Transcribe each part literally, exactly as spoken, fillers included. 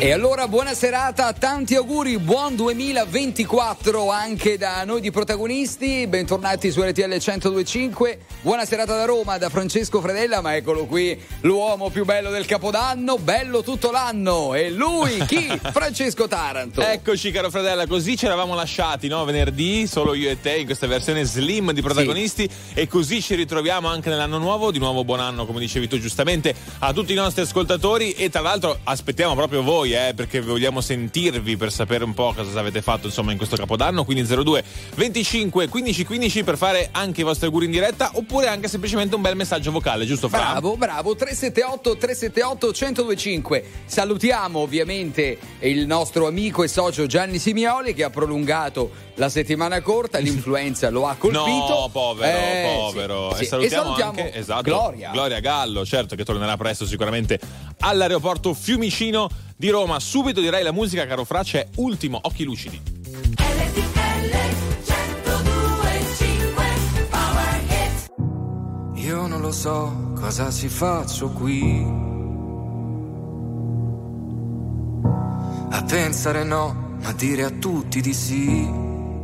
E allora buona serata, tanti auguri, buon duemilaventiquattro anche da noi di protagonisti, bentornati su R T L centodue e cinque, buona serata da Roma, da Francesco Fredella, ma eccolo qui l'uomo più bello del Capodanno, bello tutto l'anno, e lui chi? Francesco Taranto. Eccoci caro Fredella, così ci eravamo lasciati, no? Venerdì, solo io e te in questa versione slim di protagonisti, sì. E così ci ritroviamo anche nell'anno nuovo, di nuovo buon anno come dicevi tu giustamente a tutti i nostri ascoltatori e tra l'altro aspettiamo proprio voi eh, perché vogliamo sentirvi per sapere un po' cosa avete fatto insomma in questo Capodanno, quindi zero due venticinque quindici quindici per fare anche i vostri auguri in diretta oppure anche semplicemente un bel messaggio vocale, giusto Fra? Bravo, bravo, tre sette otto tre sette otto uno zero due cinque. Salutiamo ovviamente il nostro amico e socio Gianni Simioli che ha prolungato la settimana corta, l'influenza lo ha colpito. No, povero, eh, povero. Sì, e, sì. salutiamo e salutiamo anche esatto, Gloria. Gloria Gallo, certo che tornerà presto sicuramente all'aeroporto Fiumicino di Roma. Subito direi la musica, caro Fra, c'è Ultimo Occhi Lucidi. Io non lo so cosa ci faccio qui a pensare no, ma dire a tutti di sì.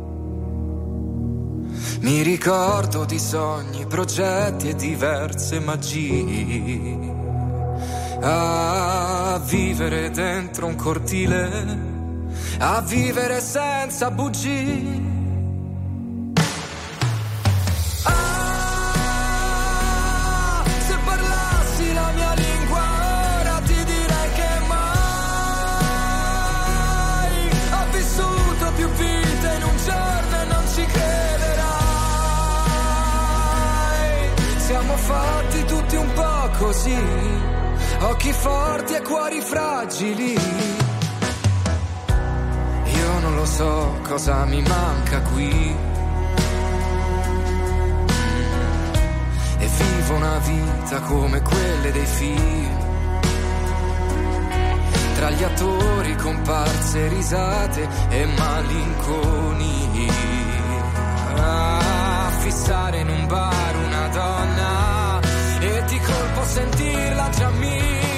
Mi ricordo di sogni, progetti e diverse magie. A vivere dentro un cortile, a vivere senza bugie. Ah, se parlassi la mia lingua ora ti direi che mai ho vissuto più vite in un giorno e non ci crederai. Siamo fatti tutti un po' così, occhi forti e cuori fragili. Io non lo so cosa mi manca qui e vivo una vita come quelle dei film, tra gli attori, comparse, risate e malinconia. Ah, fissare in un bar una donna e di colpo sentirla già mia.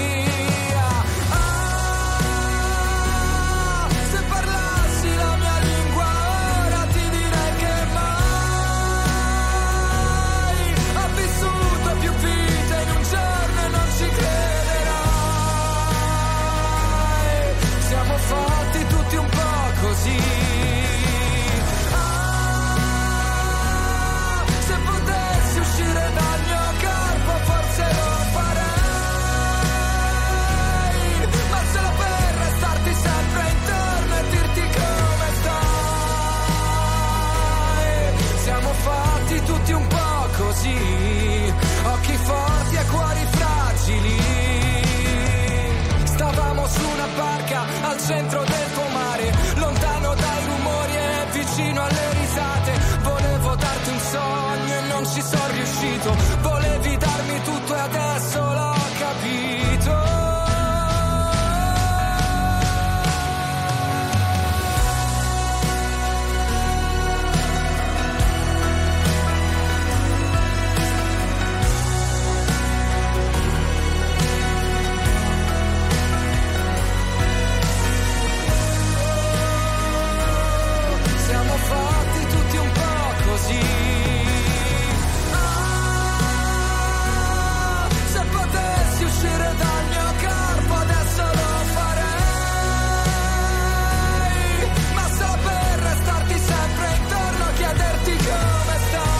Ah, se parlassi la mia lingua ora ti direi che mai ho vissuto più vite in un giorno e non ci crederai. Siamo fatti tutti un po' così. Ah, se potessi uscire dal mio corpo forse lo farei, ma solo per restarti sempre intorno e dirti come stai. Siamo fatti tutti un po' così, occhi forti e cuori fragili. Stavamo su una barca al centro del tuo mare, lontano dai rumori e vicino alle risate. Volevo darti un sogno e non ci sono riuscito, volevi darmi tutto e adesso l'ho capito. Siamo fatti tutti un po' così. Ah, se potessi uscire dal mio corpo adesso lo farei, ma solo per restarti sempre intorno, chiederti come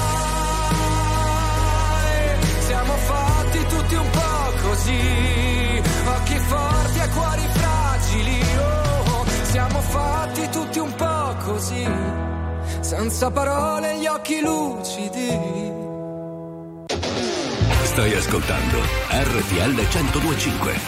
stai. Siamo fatti tutti un po' così, occhi forti e cuori fragili. Oh, siamo fatti tutti un po' così, senza parole e gli occhi lucidi. Stai ascoltando R T L centodue e cinque.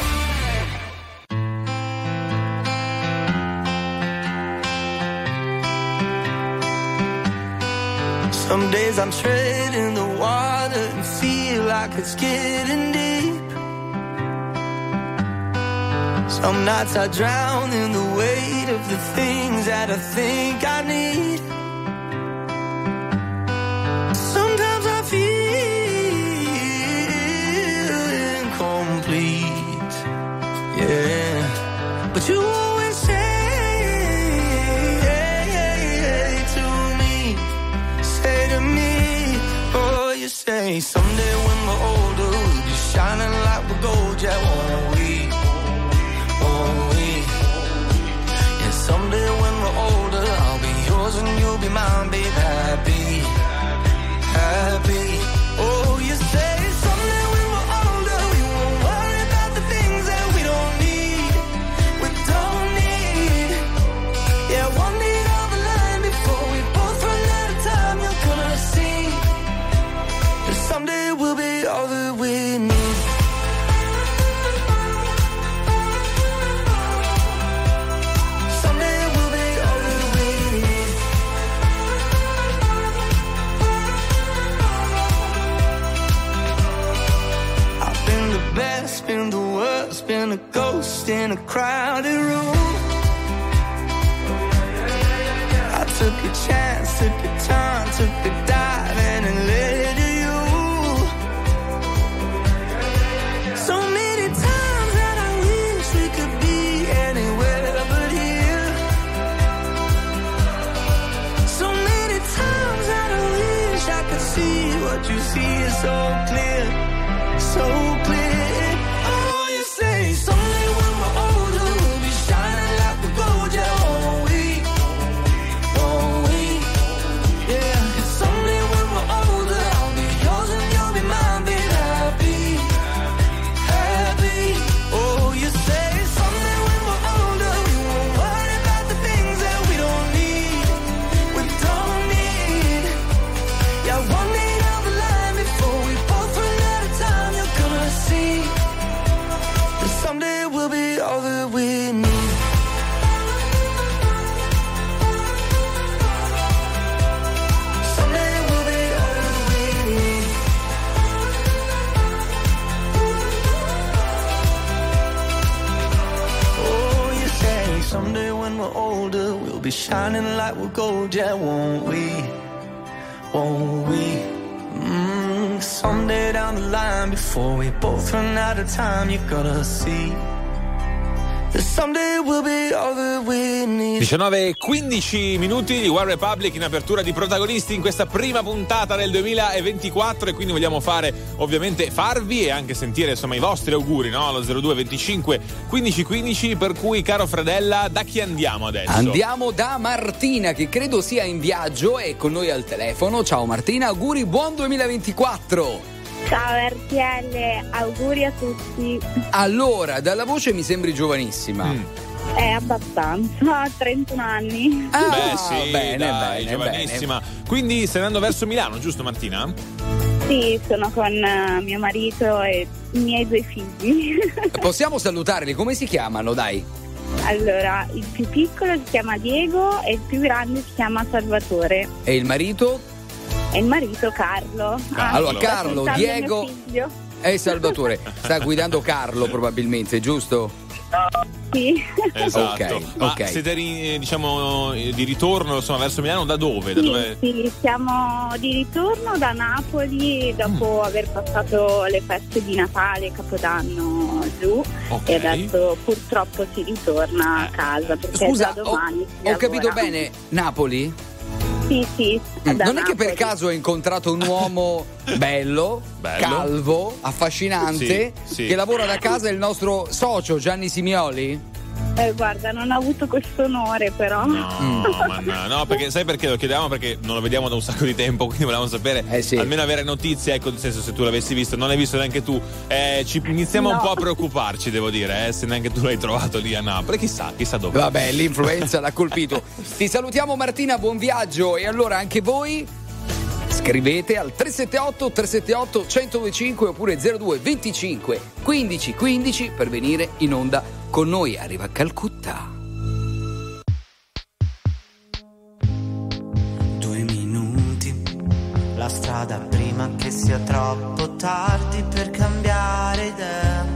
Some days I'm treading the water and feel like it's getting deep. Some nights I drown in the weight of the things that I think I need. Sometimes I feel incomplete, yeah. But say someday when we're older we'll be shining like we're gold, yeah, won't we? Won't we? Yeah, someday when we're older I'll be yours and you'll be mine, babe, happy, happy. Oh, you say someday when we're older we won't worry about the things that we don't need, we don't need. Yeah, one day down the line before we both run out of time, you're gonna see that someday we'll be all that we need. Someday we'll be all that we need. I've been the best, been the worst, been a ghost in a crowded room. I took a chance, took a turn, took a dive and it led to you. So many times that I wish we could be anywhere but here. So many times that I wish I could see what you see is so clear, so clear. Oh, you say someday when we're older we'll be shining like we're gold, yeah, won't we? Won't we? Yeah, 'cause someday when we're older I'll be yours and you'll be mine, babe, happy, happy. Oh, you say someday when we're older we won't worry about the things that we don't need, we don't need. Yeah, one day down the line before we both run out of time, you're gonna see that someday we'll be all that we need. Someday we'll be all that we need. Oh, you say someday when we're older we'll be shining like we're gold, yeah, won't we? Won't we? Mm, someday down the line before we both run out of time, you're gonna see that someday we'll be all that we need. diciannove e quindici minuti di One Republic in apertura di Protagonisti in questa prima puntata del duemilaventiquattro, e quindi vogliamo fare ovviamente farvi e anche sentire insomma i vostri auguri, no? Allo zero due venticinque quindici quindici, per cui caro Fredella, da chi andiamo adesso? Andiamo da Martina, che credo sia in viaggio e con noi al telefono. Ciao Martina, auguri, buon duemilaventiquattro. Ciao R T L, auguri a tutti. Allora, dalla voce mi sembri giovanissima. Mm. È abbastanza, trentuno anni. Ah, Beh sì, bene, dai, bene, giovanissima. Quindi stai andando verso Milano, giusto Martina? Sì, sono con uh, mio marito e i miei due figli. Possiamo salutarli, come si chiamano, dai? Allora, il più piccolo si chiama Diego e il più grande si chiama Salvatore. E il marito? E il marito Carlo. Carlo. Allora, Carlo, sta Diego mio figlio. e Salvatore. Sta guidando Carlo probabilmente, giusto? Sì. Esatto. Ok, Ma ok. siete ri- diciamo di ritorno insomma verso Milano, da dove? Da Sì, dove? sì, siamo di ritorno da Napoli dopo Mm. aver passato le feste di Natale e Capodanno giù, Ok. e adesso purtroppo si ritorna a Eh, casa perché Scusa, da ho, domani si ho capito lavora. bene, Napoli? Sì, sì. Mm, da Non è che per Napoli. caso hai incontrato un uomo bello, Bello. calvo, affascinante, Sì, sì. che lavora da casa, il nostro socio Gianni Simioli? Eh, guarda, non ho avuto questo onore però. No, ma no, no, perché sai perché lo chiedevamo? Perché non lo vediamo da un sacco di tempo, quindi volevamo sapere, Eh sì. almeno avere notizie, ecco, nel senso, se tu l'avessi visto, non l'hai visto neanche tu, eh, ci iniziamo No. un po' a preoccuparci, devo dire, eh, se neanche tu l'hai trovato lì a Napoli, chissà, chissà dove. Vabbè, l'influenza l'ha colpito. Ti salutiamo Martina, buon viaggio, e allora anche voi scrivete al tre sette otto tre sette otto uno zero due cinque oppure zero due venticinque quindici quindici per venire in onda con noi. Arriva Calcutta. Due minuti, la strada prima che sia troppo tardi per cambiare idea.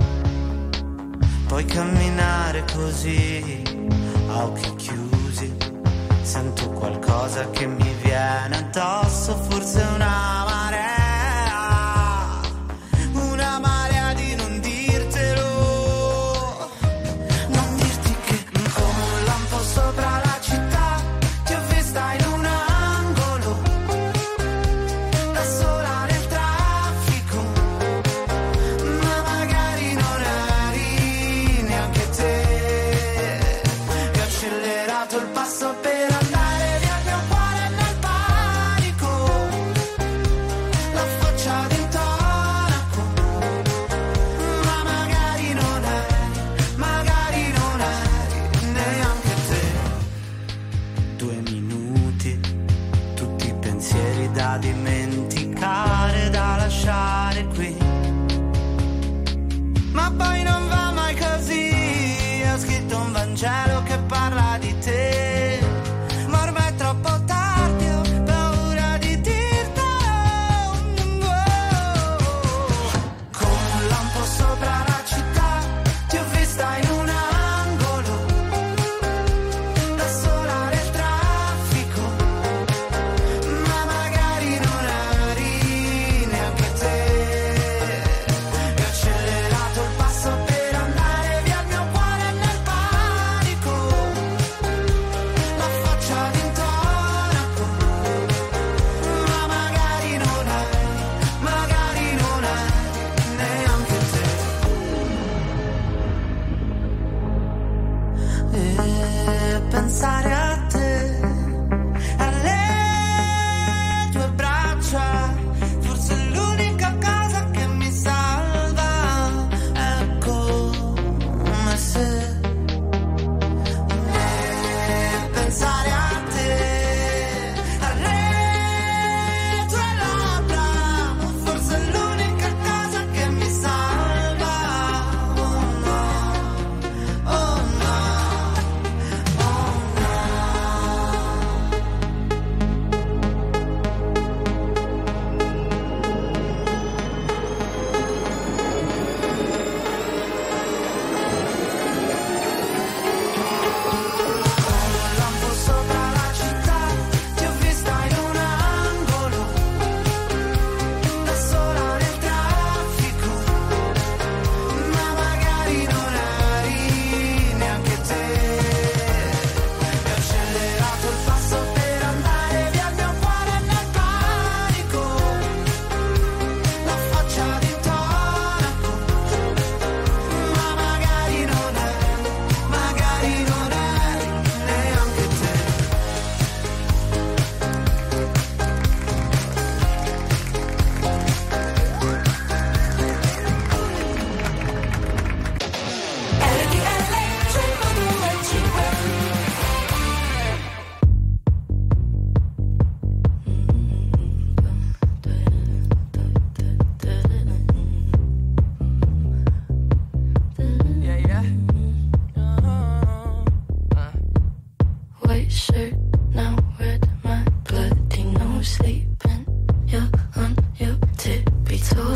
Puoi camminare così, a occhi chiusi. Sento qualcosa che mi viene addosso, forse una marea, una marea di non dirtelo, non dirti che come un lampo sopra la città ti ho vista in un angolo, da sola nel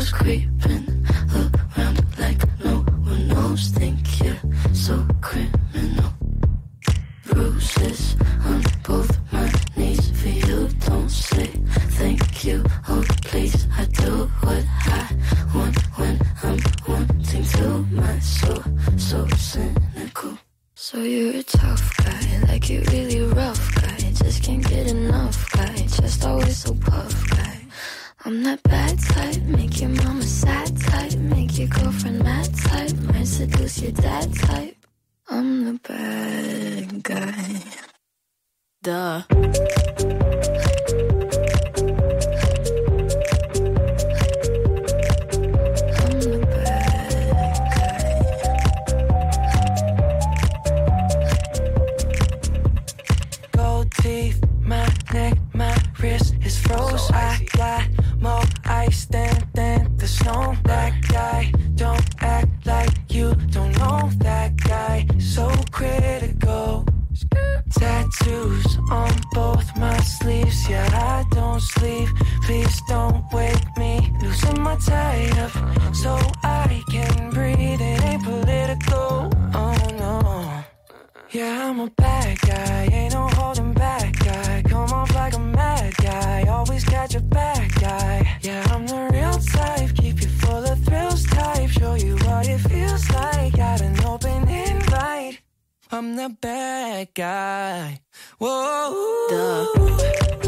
shadows creeping around like no one knows. Think you're so criminal. Bruises on both my knees for you. Don't say thank you. Oh please, I do what I want when I'm wanting to. My soul so cynical. So you're a tough guy, like you're really rough guy. Just can't get enough guy, just always so puff guy. I'm that bad type, make your mama sad type, make your girlfriend mad type, might seduce your dad type. I'm the bad guy. Duh. Teeth, my neck, my wrist is froze. So I got more ice than, than the snow. That guy, don't act like you don't know that guy. So critical. Tattoos on both my sleeves. Yeah, I don't sleep. Please don't wake me. Losing my tie up so I can breathe. It ain't political. Oh no. Yeah, I'm a bad guy, ain't no holding back guy. Come off like a mad guy, always catch a bad guy. Yeah, I'm the real type, keep you full of thrills type. Show you what it feels like, got an open invite. I'm the bad guy. Whoa. Duh.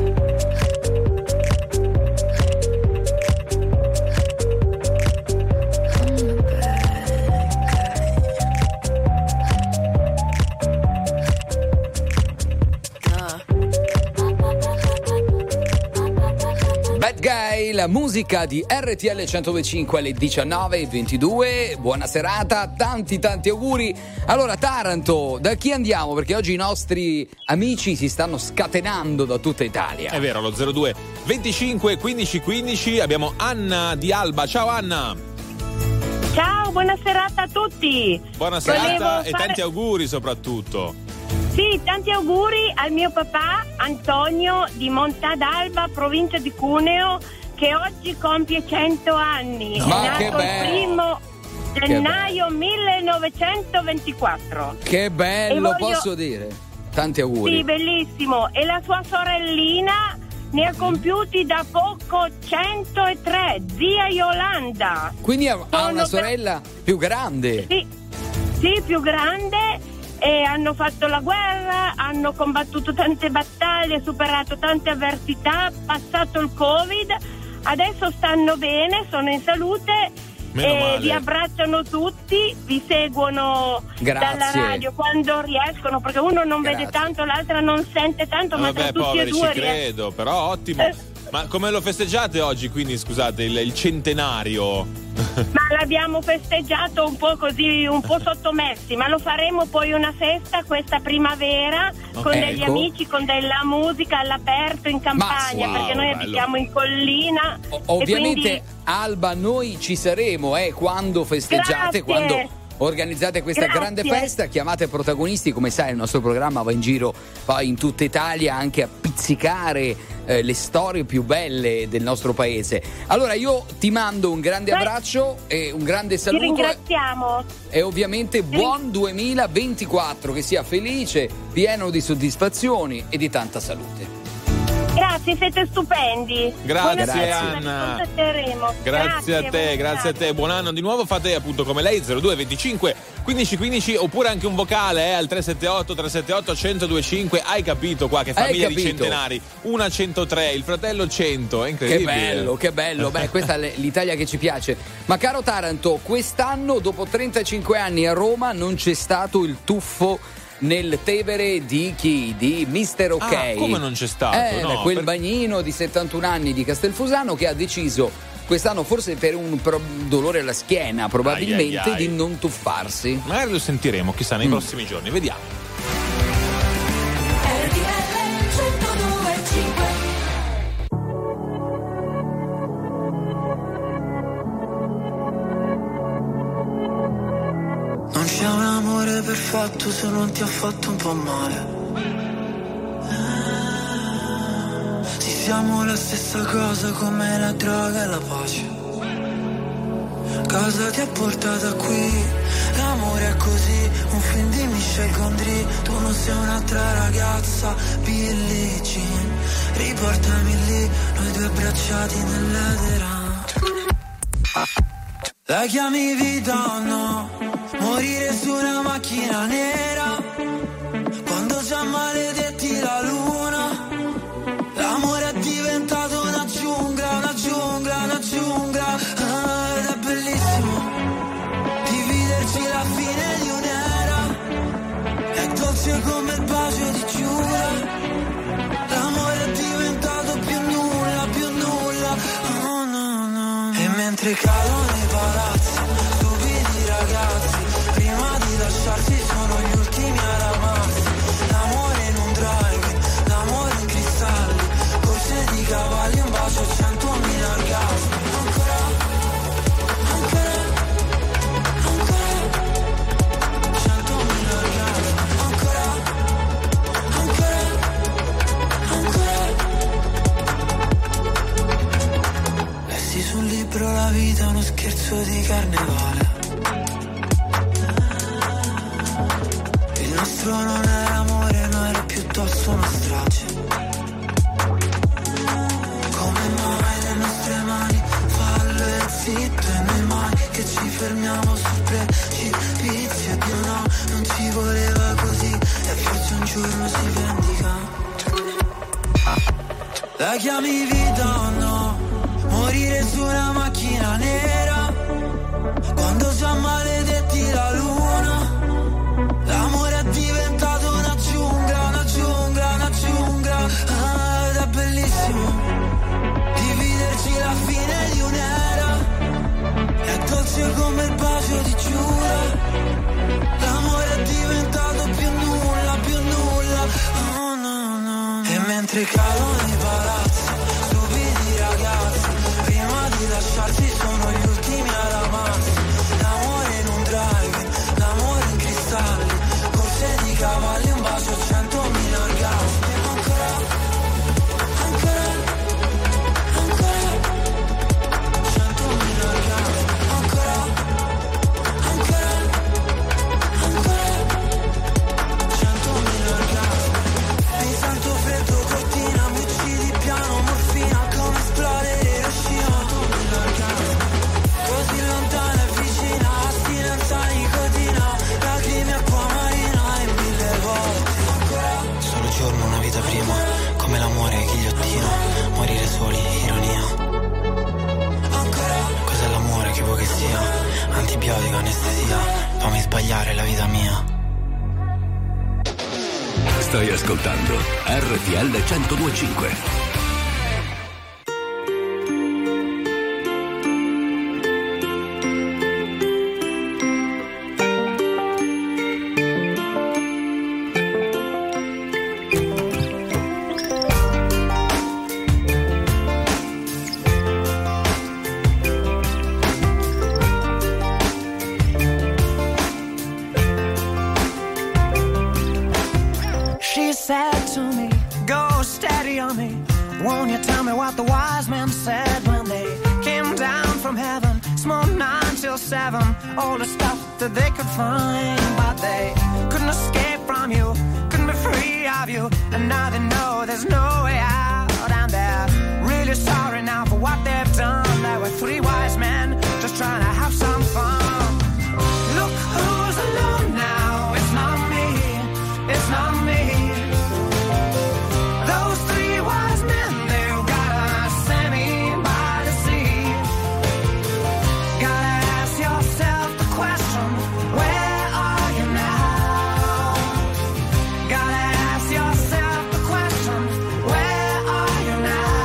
Bad Guy, la musica di R T L centodue e cinque alle diciannove e ventidue. Buona serata, tanti tanti auguri. Allora Taranto, da chi andiamo? Perché oggi i nostri amici si stanno scatenando da tutta Italia. È vero, allo zero due venticinque quindici quindici abbiamo Anna di Alba. Ciao Anna. Ciao, buona serata a tutti. Buona serata Volevo e fare... tanti auguri soprattutto. Sì, tanti auguri al mio papà Antonio di Montadalba, provincia di Cuneo, che oggi compie cento anni. Ma è che nato bello. il primo gennaio millenovecentoventiquatrro. Che bello, voglio... posso dire. Tanti auguri. Sì, bellissimo. E la sua sorellina ne ha compiuti da poco centotré, zia Yolanda. Quindi ha, ha Sono una sorella per... più grande. Sì, sì, più grande. E hanno fatto la guerra, hanno combattuto tante battaglie, superato tante avversità, passato il Covid, adesso stanno bene, sono in salute. Meno e male. vi abbracciano tutti, vi seguono Grazie. dalla radio quando riescono, perché uno non Grazie. vede tanto, l'altra non sente tanto, ma Vabbè, tra tutti poveri, e due ci ries- credo, però ottimo. Eh. Ma come lo festeggiate oggi, quindi, scusate, il, il centenario? Ma l'abbiamo festeggiato un po' così, un po' sottomessi, ma lo faremo poi una festa questa primavera con Ecco. degli amici, con della musica all'aperto in campagna, wow, perché noi bello. abitiamo in collina. O- e ovviamente quindi... Alba, noi ci saremo eh, quando festeggiate, Grazie. quando organizzate questa Grazie. grande festa, chiamate protagonisti. Come sai, il nostro programma va in giro poi in tutta Italia anche a pizzicare eh, le storie più belle del nostro paese. Allora io ti mando un grande Beh, abbraccio e un grande Ci saluto ringraziamo. e ovviamente buon duemilaventiquattro, che sia felice, pieno di soddisfazioni e di tanta salute. Grazie, siete stupendi. Grazie, Buona serata, Anna. ci contatteremo. Grazie a te, buona grazie a te, serata. buon anno di nuovo. Fate appunto come lei, zero due venticinque quindici quindici, oppure anche un vocale eh, al tre sette otto tre sette otto uno zero due cinque. Hai capito qua che famiglia di capito? centenari? Una centotré, il fratello cento, è Che incredibile. bello, che bello. Beh, questa è l'Italia che ci piace. Ma caro Taranto, quest'anno dopo trentacinque anni a Roma non c'è stato il tuffo nel Tevere di chi? Di mister Ok. Ah, come non c'è stato? Eh, No, beh, quel per- bagnino di settantuno anni di Castelfusano che ha deciso quest'anno, forse per un pro- dolore alla schiena probabilmente, Ai, ai, ai. di non tuffarsi. Magari lo sentiremo, chissà, nei Mm. prossimi giorni, vediamo. R T L centodue e cinque. Non c'è un amore perfetto se non ti ha fatto un po' male. Sì, siamo la stessa cosa come la droga e la pace. cosa ti ha portato qui? L'amore è così, un film di Michel Gondry. Tu non sei un'altra ragazza, Billie Jean. Riportami lì, noi due abbracciati nell'edera. La chiami vita o no? Morire su una macchina nera, quando già maledetti la luna. L'amore è diventato una giungla, una giungla, una giungla. Ah, ed è bellissimo dividerci la fine di un'era. È dolce come il bacio di Giura. L'amore è diventato più nulla, più nulla. Oh no, no. E mentre cadono i palazzi, stupidi ragazzi, prima di lasciarsi sono gli ultimi ad amarsi. L'amore in un drive, l'amore in cristalli, corse di cavalli, un bacio, centomila orgasmi. Ancora, ancora, ancora, centomila orgasmi. Ancora, ancora, ancora. Lessi sul libro La vita è uno scherzo di carnevale. Il nostro non era amore, no, era piuttosto una strage. Come mai le nostre mani fallo e zitto, e noi mai che ci fermiamo sul precipizio. E Dio no, non ci voleva così, e forse un giorno si vendica. La chiami vita o no? Morire su una macchina nera, quando già maledetti la luna. L'amore è diventato una giungla, una giungla, una giungla. Ah, ed è bellissimo dividerci la fine di un'era. È dolce come il bacio di Giura. L'amore è diventato più nulla, più nulla. Oh no, no. E mentre cadono i palazzi, stupidi ragazzi, prima di lasciarsi sono gli ultimi ad amarsi. L'amore in un drive, l'amore in cristalli, corse di cavalli, un bacio, centomila orgasmi. Ancora, ancora, ancora, centomila orgasmi. Ancora, ancora, ancora, centomila orgasmi. Mi sento freddo, cortina, mi uccidi piano, morfina, come esplode Hiroshima. Centomila orgasmi. Così lontana e vicina, astinenza, nicotina, lacrime, acqua marina e mille volte. Solo giorno, una vita prima, come l'amore, ghigliottina, morire soli, ironia. Ancora. Cos'è l'amore, che vuoi che sia? Antibiotico, anestesia, fammi sbagliare la vita mia. Stai ascoltando R T L centodue e cinque. She said to me, go steady on me. Won't you tell me what the wise men said when they came down from heaven? Smoked nine till seven, all the stuff that they could find. But they couldn't escape from you, couldn't be free of you. And now they know there's no way out. And they're really sorry now for what they've done. There were three wise men just trying to have some fun. Look who's alone now, it's not me, it's not me. Those three wise men, they've gotta send me by the sea. Gotta ask yourself the question, where are you now? Gotta ask yourself the question, where are you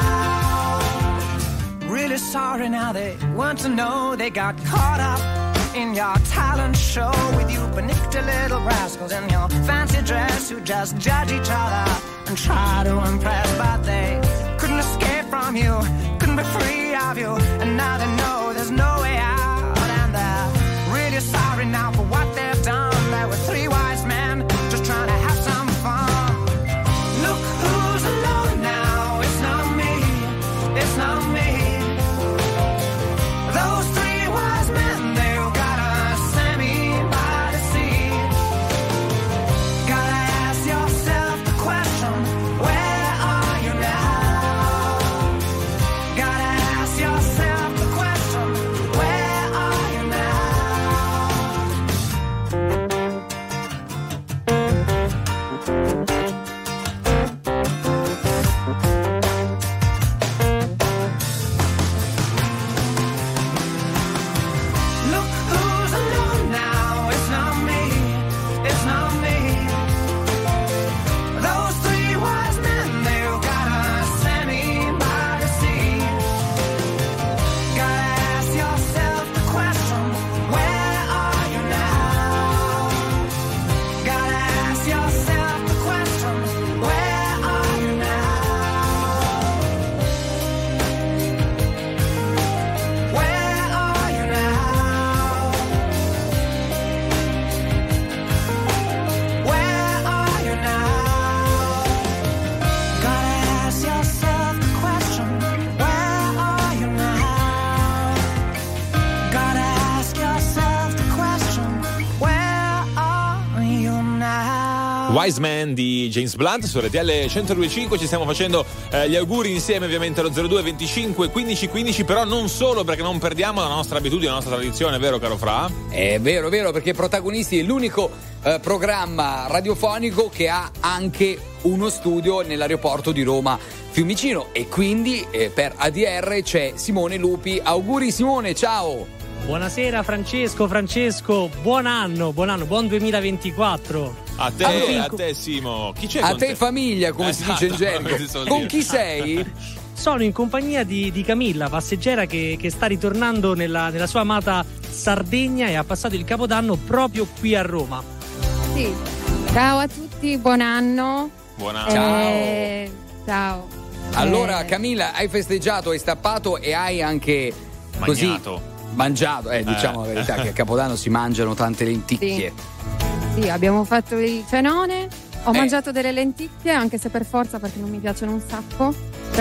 now? Really sorry now, they want to know they got caught up in your talent show with you panicked little rascals in your fancy dress who just judge each other and try to impress, but they couldn't escape from you, couldn't be free of you, and now they know there's no way out, and they're really sorry now for what they've done. There were three wise men just trying to have some fun. Look who's alone now, it's not me, it's not me. Those three wise men, Wise Man di James Blunt su R T L centodue e cinque. Ci stiamo facendo eh, gli auguri insieme ovviamente allo zero due venticinque quindici quindici, però non solo, perché non perdiamo la nostra abitudine, la nostra tradizione, vero caro Fra? È vero, è vero, perché Protagonisti è l'unico eh, programma radiofonico che ha anche uno studio nell'aeroporto di Roma Fiumicino e quindi eh, per A D R c'è Simone Lupi. Auguri Simone, ciao! Buonasera Francesco, Francesco, buon anno, buon anno, buon duemilaventiquattro. A te, allora, a te Simo. Chi c'è a con te te? famiglia, come Esatto, si dice in gergo. Con chi sei? Sono in compagnia di, di Camilla, passeggera che, che sta ritornando nella, nella sua amata Sardegna e ha passato il Capodanno proprio qui a Roma. Sì, ciao a tutti, buon anno. Buon anno. Eh, ciao. Allora Eh, Camilla, hai festeggiato, hai stappato e hai anche così Magnato. mangiato, eh, diciamo Eh. la verità che a Capodanno si mangiano tante lenticchie. sì, abbiamo fatto il cenone. Ho Eh. mangiato delle lenticchie, anche se per forza, perché non mi piacciono un sacco.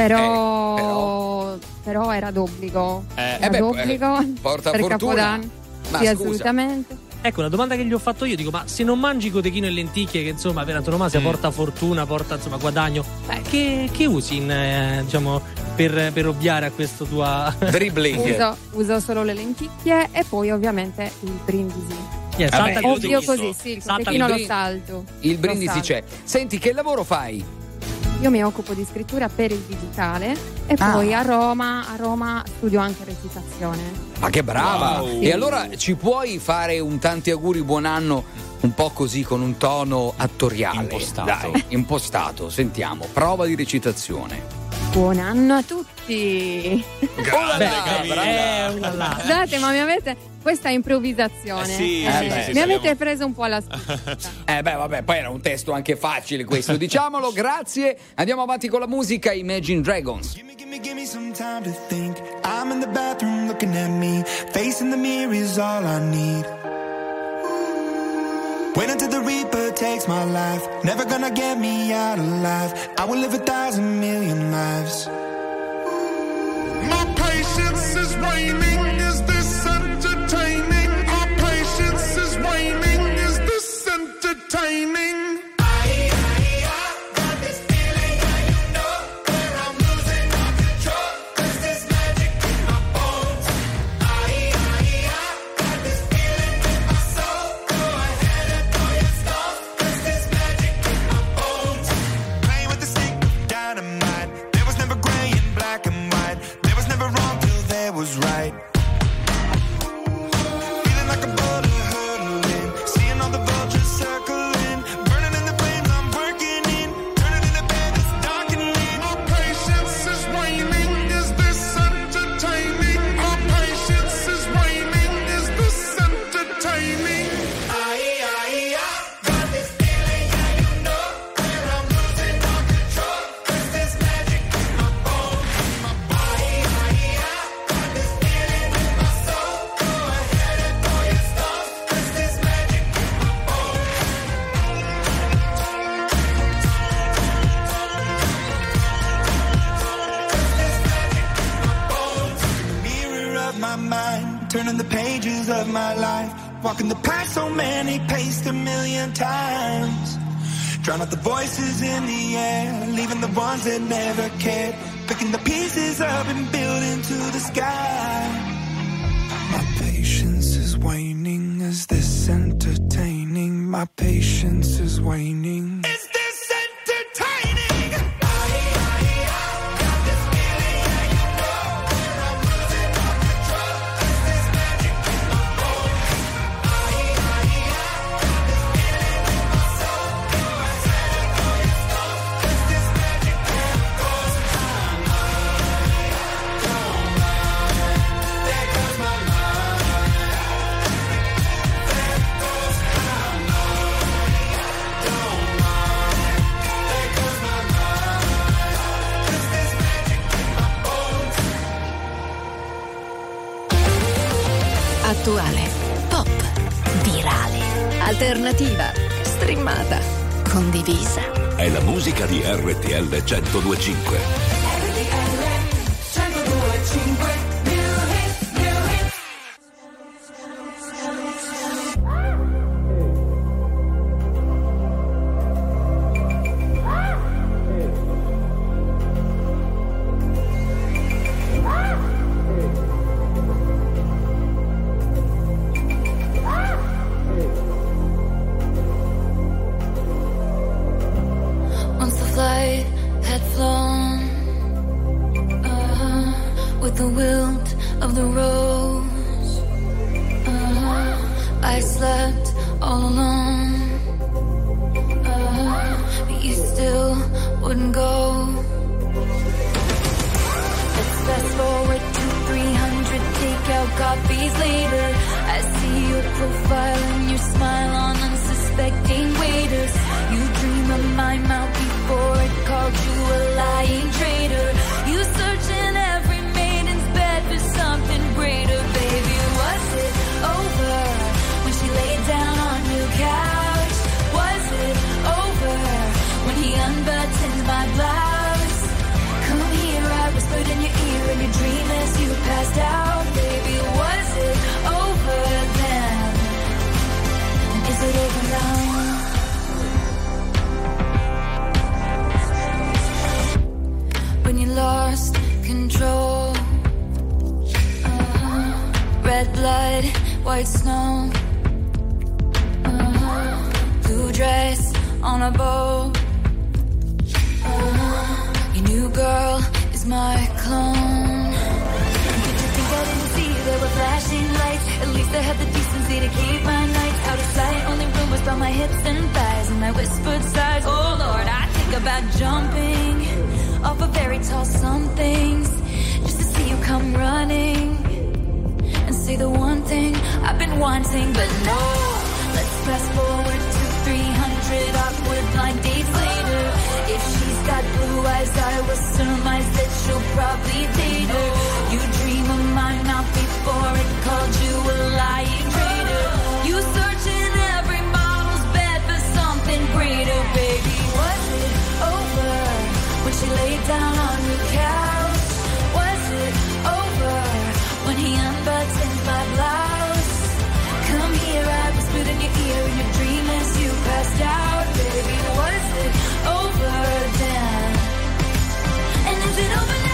Però, Eh, però- però era d'obbligo. Eh, Era eh beh, d'obbligo eh, porta per fortuna. Capodanno. Ma Sì, scusa. assolutamente. Ecco, la domanda che gli ho fatto io, dico, ma se non mangi cotechino e lenticchie, che insomma per antonomasia Mm. porta fortuna, porta insomma guadagno, beh, che, che usi in, eh, diciamo, per, per ovviare a questo tua... Dribbling. Uso, uso solo le lenticchie e poi ovviamente il brindisi. Yeah, salta il Ovvio cotechino. così, sì, il Salta cotechino il lo brin- salto. Il Lo brindisi salto. c'è. Senti, che lavoro fai? Io mi occupo di scrittura per il digitale e Ah. poi a Roma, a Roma studio anche recitazione. Ma che brava! Wow. E allora ci puoi fare un tanti auguri buon anno un po' così con un tono attoriale? Impostato. Dai, impostato, sentiamo. Prova di recitazione. Buon anno a tutti! Grande, Beh, brava. eh, una là. Scusate, ma mi avete questa improvvisazione. Eh sì, Eh, sì, beh, sì, sì, mi avete abbiamo- preso un po' alla spinta. Eh beh, vabbè, poi era un testo anche facile questo, diciamolo, grazie. Andiamo avanti con la musica, Imagine Dragons. Gimme, gimme, gimme some time to think. I'm in the bathroom looking at me. Facing the mirror is all I need. Wait until the Reaper takes my life. Never gonna get me out alive. I will live a thousand million lives. My patience is waning. Is this entertaining? My patience is waning. Is this entertaining? Playing with the stick of dynamite. There was never gray and black and white. There was never wrong till there was right. Feeling like a bullet hurtling. Seeing all the vultures circling. Burning in the flames I'm working in. Turning in the bed that's darkening. My patience is waning. Is this entertaining? My patience is waning. Is this entertaining? Mirror of my mind, turning the pages of my life, walking the path so many paced a million times. Drown out the voices in the air, leaving the ones that never cared, picking the pieces up and building to the sky. My patience is waning. Is this entertaining? My patience is waning. Is this entertaining? Attuale, pop, virale, alternativa, streamata, condivisa. È la musica di R T L centodue e cinque. wilt of the rose. Uh, I slept all alone. Uh, but you still wouldn't go. Let's fast forward to three hundred takeout coffees later. I see your profile and your smile on unsuspecting waiters. You dream of my mouth before it called you a lying traitor. You search in every maiden's bed for something greater. Baby, was it over when she laid down on your couch? Was it over when he unbuttoned my blouse? Come here, I whispered in your ear in your dream as you passed out. Baby, was it over then? Is it over now? When you lost control, uh-huh. Red blood, white snow, uh-huh. Blue dress on a boat, uh-huh. Your new girl is my clone. Did you think I didn't see there were flashing lights? At least I had the decency to keep my nights out of sight. Only rumors about my hips and thighs and my whispered sighs. Oh Lord, I think about jumping off of very tall somethings just to see you come running and say the one thing I've been wanting. But no, let's fast forward to three hundred awkward blind dates later. If she's got blue eyes, I will surmise that she'll probably date her. You dream of my mouth before it called you a lying traitor. You search in every model's bed for something greater. Baby, was it over when she laid down on your couch? Was it over when he unbuttoned my blouse? Come here, I whispered in your ear in your dream as you passed out. Baby, was it over then? And is it over now?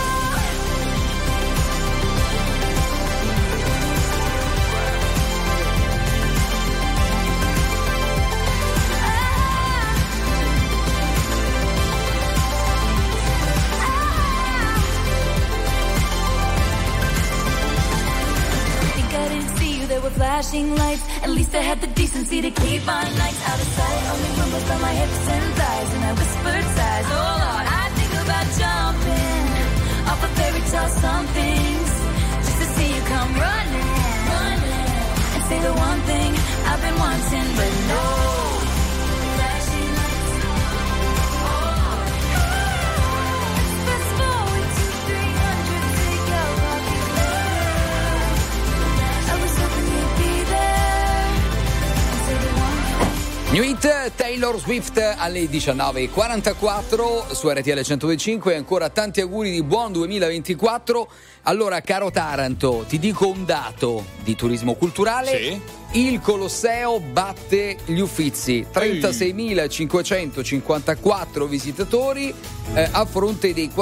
There were flashing lights. At least I had the decency to keep my nights out of sight. Only rumors about my hips and thighs and I whispered sighs. Oh Lord, I think about jumping off of fairy tale somethings just to see you come running, running and say the one thing I've been wanting. But no flashing lights. Oh, fast forward to three hundred takeout coffees later. I was hoping you'd be there and say the one thing. New Hit, Taylor Swift alle diciannove e quarantaquattro su R T L centodue e cinque. Ancora tanti auguri di buon duemilaventiquattro. Allora, caro Taranto, ti dico un dato di turismo culturale. Sì. Il Colosseo batte gli Uffizi, trentaseimilacinquecentocinquantaquattro visitatori eh, a fronte dei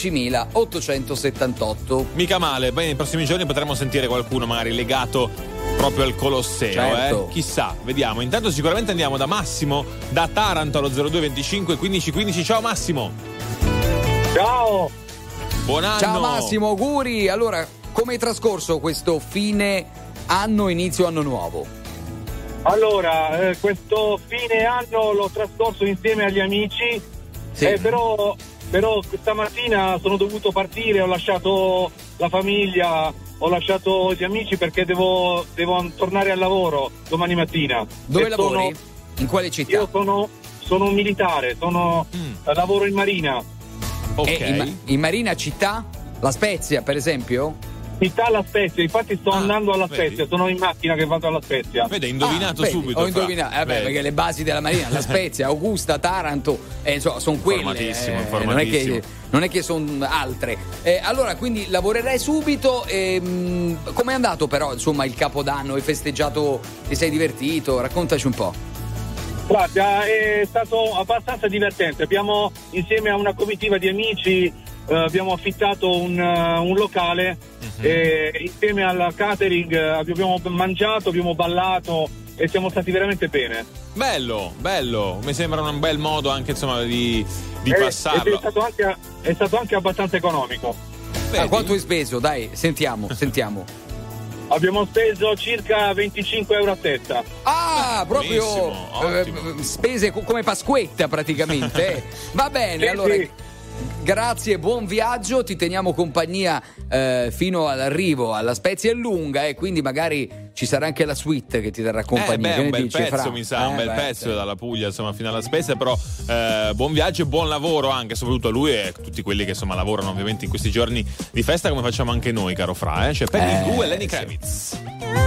quattordicimilaottocentosettantotto. Mica male, beh, nei prossimi giorni potremo sentire qualcuno magari legato proprio al Colosseo, Certo. eh? Chissà, vediamo. Intanto sicuramente andiamo da Massimo, da Taranto allo zero due venticinque quindici quindici. Ciao Massimo. Ciao. Buon anno. Ciao Massimo, auguri. Allora, come è trascorso questo fine anno, inizio anno nuovo? Allora, eh, questo fine anno l'ho trascorso insieme agli amici, Sì. eh, però, però stamattina sono dovuto partire, ho lasciato la famiglia, ho lasciato gli amici perché devo, devo tornare al lavoro domani mattina. Dove E lavori? sono- In quale città? Io sono, sono un militare, sono, Mm. eh, lavoro in marina. Ok. Eh, in, ma- in Marina città? La Spezia, per esempio? Città La Spezia, infatti sto Ah, andando alla vedi. Spezia, sono in macchina che vado alla Spezia. Vede, hai indovinato Ah, vedi, subito. Ho Fra. indovinato, eh, vabbè, Vedi. perché le basi della Marina, La Spezia, Augusta, Taranto, eh, insomma, sono quelle. Informatissimo, eh, informatissimo. Non è che, non è che sono altre. Eh, allora, quindi lavorerai subito. Ehm, com'è andato però, insomma, il Capodanno? Hai festeggiato? Ti sei divertito? Raccontaci un po'. Guarda, è stato abbastanza divertente. Abbiamo, insieme a una comitiva di amici, eh, abbiamo affittato un, uh, un locale e insieme al catering eh, abbiamo mangiato, abbiamo ballato e siamo stati veramente bene. Bello, bello. Mi sembra un bel modo anche insomma di, di E- passarlo. ed È stato, anche, è stato anche abbastanza economico. Ah, quanto hai speso? Dai, sentiamo, sentiamo. Abbiamo speso circa venticinque euro a testa. Ah, proprio eh, spese co- come Pasquetta praticamente. eh. Va bene, Sì, allora. sì. Grazie, buon viaggio, ti teniamo compagnia eh, fino all'arrivo. Alla Spezia è lunga e eh, quindi magari ci sarà anche la suite che ti terrà compagnia. Eh beh, Che un ne bel dici, pezzo Fra? mi sa, un Eh, bel beh, pezzo sì. dalla Puglia insomma fino alla Spezia, però eh, buon viaggio e buon lavoro anche soprattutto a lui e a tutti quelli che insomma lavorano ovviamente in questi giorni di festa come facciamo anche noi, caro Fra, eh? Cioè Peggy Eh, Goo e Lenny sì. Kravitz.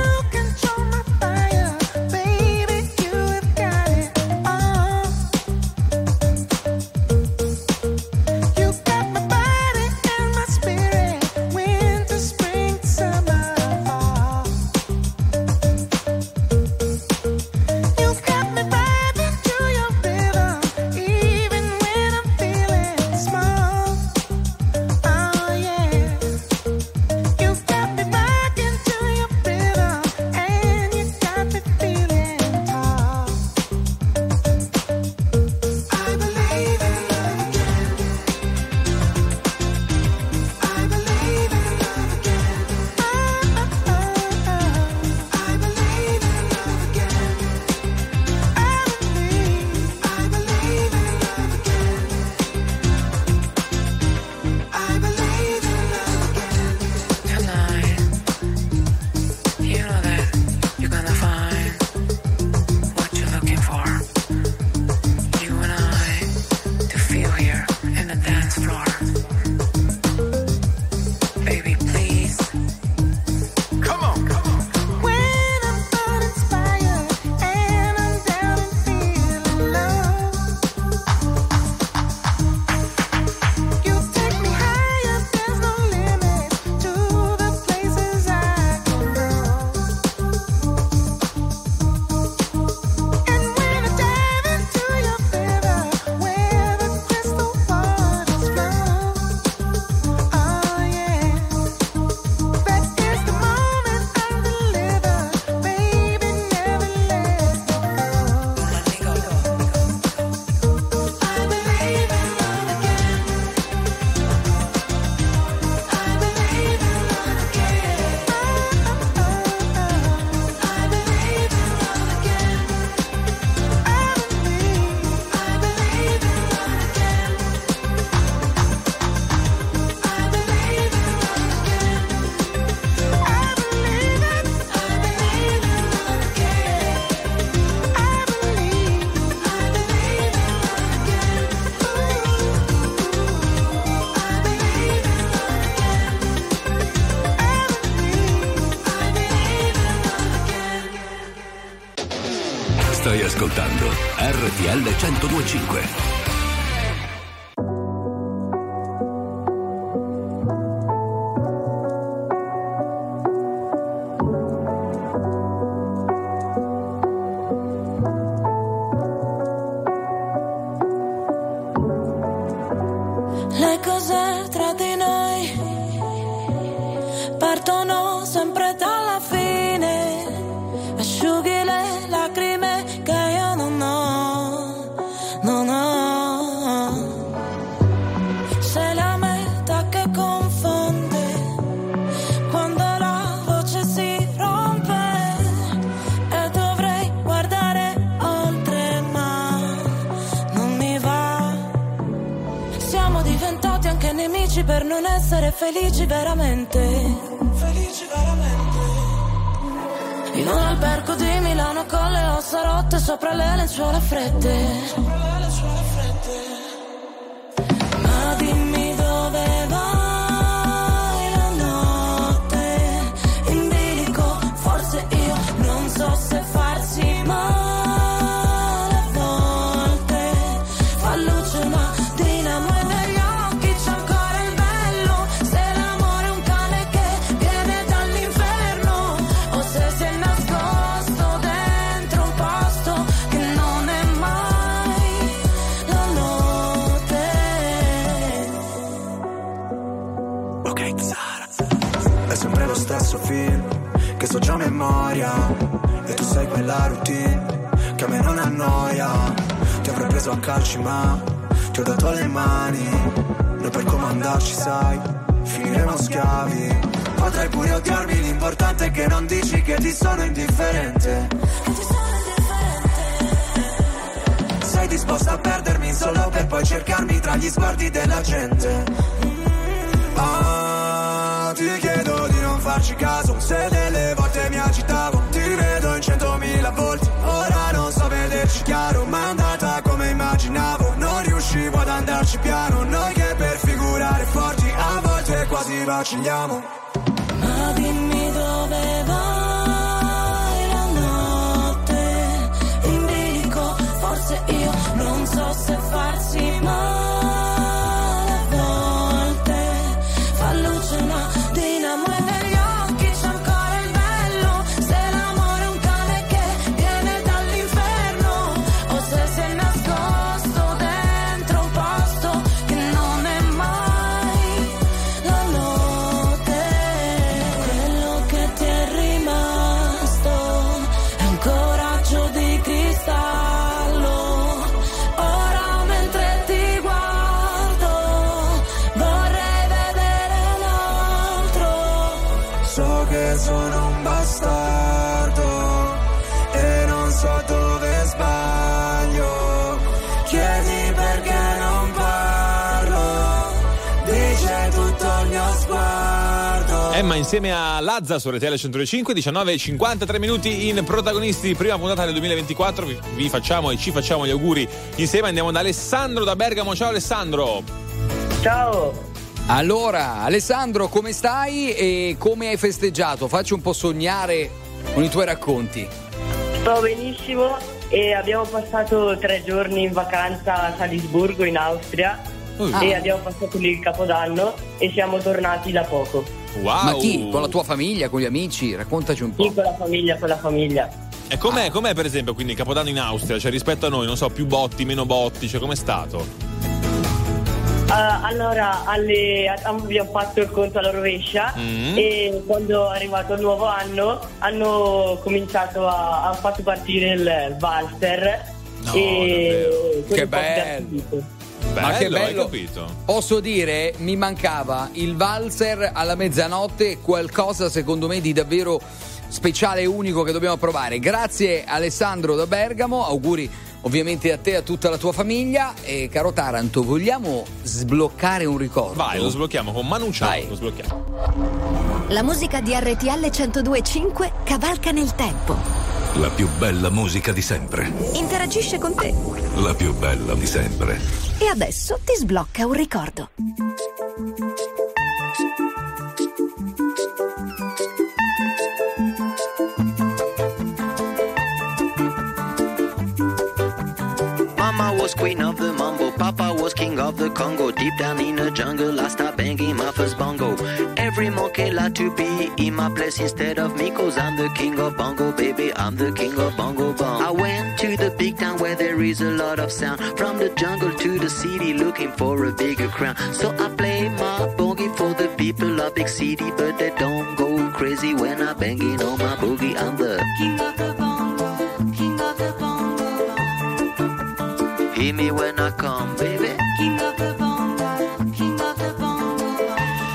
Stai ascoltando R T L centodue e cinque. Le cose tra di noi partono sempre dalla fine, asciughi le lacrime che io non ho, non ho. Sei la meta che confonde quando la voce si rompe e dovrei guardare oltre ma non mi va. Siamo diventati anche nemici per non essere felici veramente. Felici veramente. In un albergo di Milano con le ossa rotte sopra le lenzuola fredde. Sopra le lenzuola fredde. Ma dimmi dove vai la notte in bilico. Forse io non so se farsi male a volte. Fa luce una dinamo e negli occhi c'è ancora il bello. Se l'amore è un cane che viene dall'inferno o se si è nascosto dentro un posto che non è mai la notte. Ok, Sara. È sempre lo stesso film che so già a memoria. E tu sai quella routine che a me non annoia. Ti avrei preso a calci ma ti ho dato le mani. Noi per comandarci sai finiremo schiavi. Potrai pure odiarmi, l'importante è che non dici che ti sono indifferente. Sei disposta a perdermi solo per poi cercarmi tra gli sguardi della gente. Ah, ti chiedo di non farci caso, se delle volte mi agitavo, ti vedo in centomila volti. Ora non so vederci chiaro, ma è andata come immaginavo. Non riuscivo ad andarci piano, noi che per figurare forti a volte quasi vacilliamo. Ma dimmi dove vai la notte in bilico, forse io non so se farsi male a volte. Fa luce una dinamo e negli occhi c'è ancora il bello. Se l'amore è un cane che viene dall'inferno, o se sei nascosto dentro un posto che non è mai la notte. Quello che ti è rimasto è un coraggio di cristallo. Ora mentre ti guardo vorrei vedere un altro. So che sono un bastardo e non so dove sbaglio. Chiedi perché non parlo, dice tutto il mio sguardo. Emma insieme a Lazza su R T L centodue e cinque, diciannove e cinquantatré minuti in protagonisti, prima puntata del duemilaventiquattro. Vi, vi facciamo e ci facciamo gli auguri insieme. Andiamo da Alessandro da Bergamo. Ciao Alessandro. Ciao. Allora, Alessandro, come stai e come hai festeggiato? Facci un po' sognare con i tuoi racconti. Sto benissimo e abbiamo passato tre giorni in vacanza a Salisburgo in Austria Ah. e abbiamo passato lì il Capodanno e siamo tornati da poco. Wow. Ma chi? Con la tua famiglia, con gli amici? Raccontaci un po'. Sì, con la famiglia, con la famiglia. E com'è, com'è per esempio quindi Capodanno in Austria? Cioè rispetto a noi, non so, più botti, meno botti, cioè com'è stato? Uh, allora alle, abbiamo fatto il conto alla rovescia Mm. e quando è arrivato il nuovo anno hanno cominciato a hanno fatto partire il valzer. No, e Che quello poi abbiamo bello. finito. Ma che Bello, hai bello. capito? Posso dire, mi mancava il valzer alla mezzanotte, qualcosa secondo me di davvero speciale e unico che dobbiamo provare. Grazie Alessandro da Bergamo, auguri ovviamente a te e a tutta la tua famiglia. E caro Taranto, vogliamo sbloccare un ricordo? Vai, lo sblocchiamo con Manu Ciao, Vai. lo sblocchiamo. La musica di R T L centodue e cinque cavalca nel tempo. La più bella musica di sempre. Interagisce con te. La più bella di sempre. E adesso ti sblocca un ricordo. Mama was queen of the mambo, Papa was king of the Congo. Deep down in the jungle, I start banging my first bongo. Every monkey like to be in my place instead of me, cause I'm the king of bongo, baby, I'm the king of bongo bong. I went to the big town where there is a lot of sound, from the jungle to the city looking for a bigger crown. So I play my boogie for the people of big city, but they don't go crazy when I banging on my boogie. I'm the king of the bongo, king of the bongo. Hear me when I come, baby. King of the bongo, king of the bongo.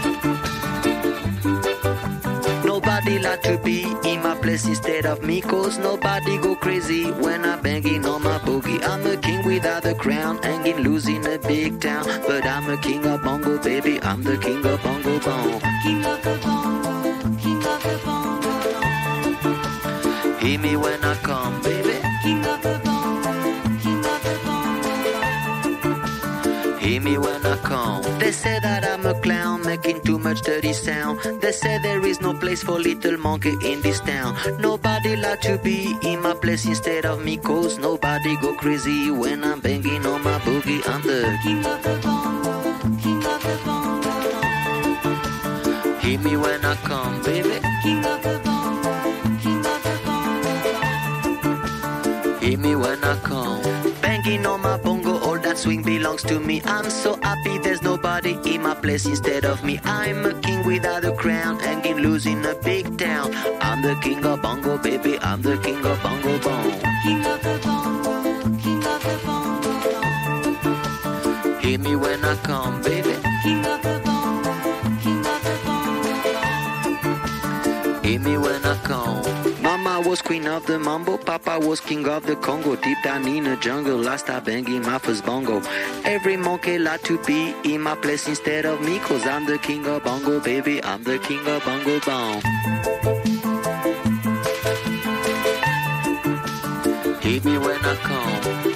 Nobody like to be in my place instead of me, cause nobody go crazy when I banging on my boogie. I'm a king without a crown, hanging loose in a big town, but I'm a king of bongo, baby. I'm the king of bongo bong. King of the bongo, king of the bongo. Hear me when I come, baby. King of the bongo, king of the bongo. Hear me when I come. They say that I'm a clown, making too much dirty sound. They say there is no place for little monkey in this town. Nobody like to be in my place instead of me, cause nobody go crazy when I'm banging on my boogie. I'm the king of the bongo, king of the bongo. Hear me when I come, baby. King of the bongo, king of the bongo. Hear me when I come. Banging on my bongo, all that swing belongs to me. I'm so happy there's nobody in my place instead of me. I'm a king without a crown, hanging loose in a big town. I'm the king of bongo, baby, I'm the king of bongo bong. King of the bongo, king of the bongo. Hear me when I come, baby. King of the bongo, king Hit me when I come. Mama was queen of the mambo, Papa was king of the Congo. Deep down in the jungle, I start banging my first bongo. Every monkey like to be in my place instead of me, cause I'm the king of bongo, baby, I'm the king of bongo bong. Hit me when I come.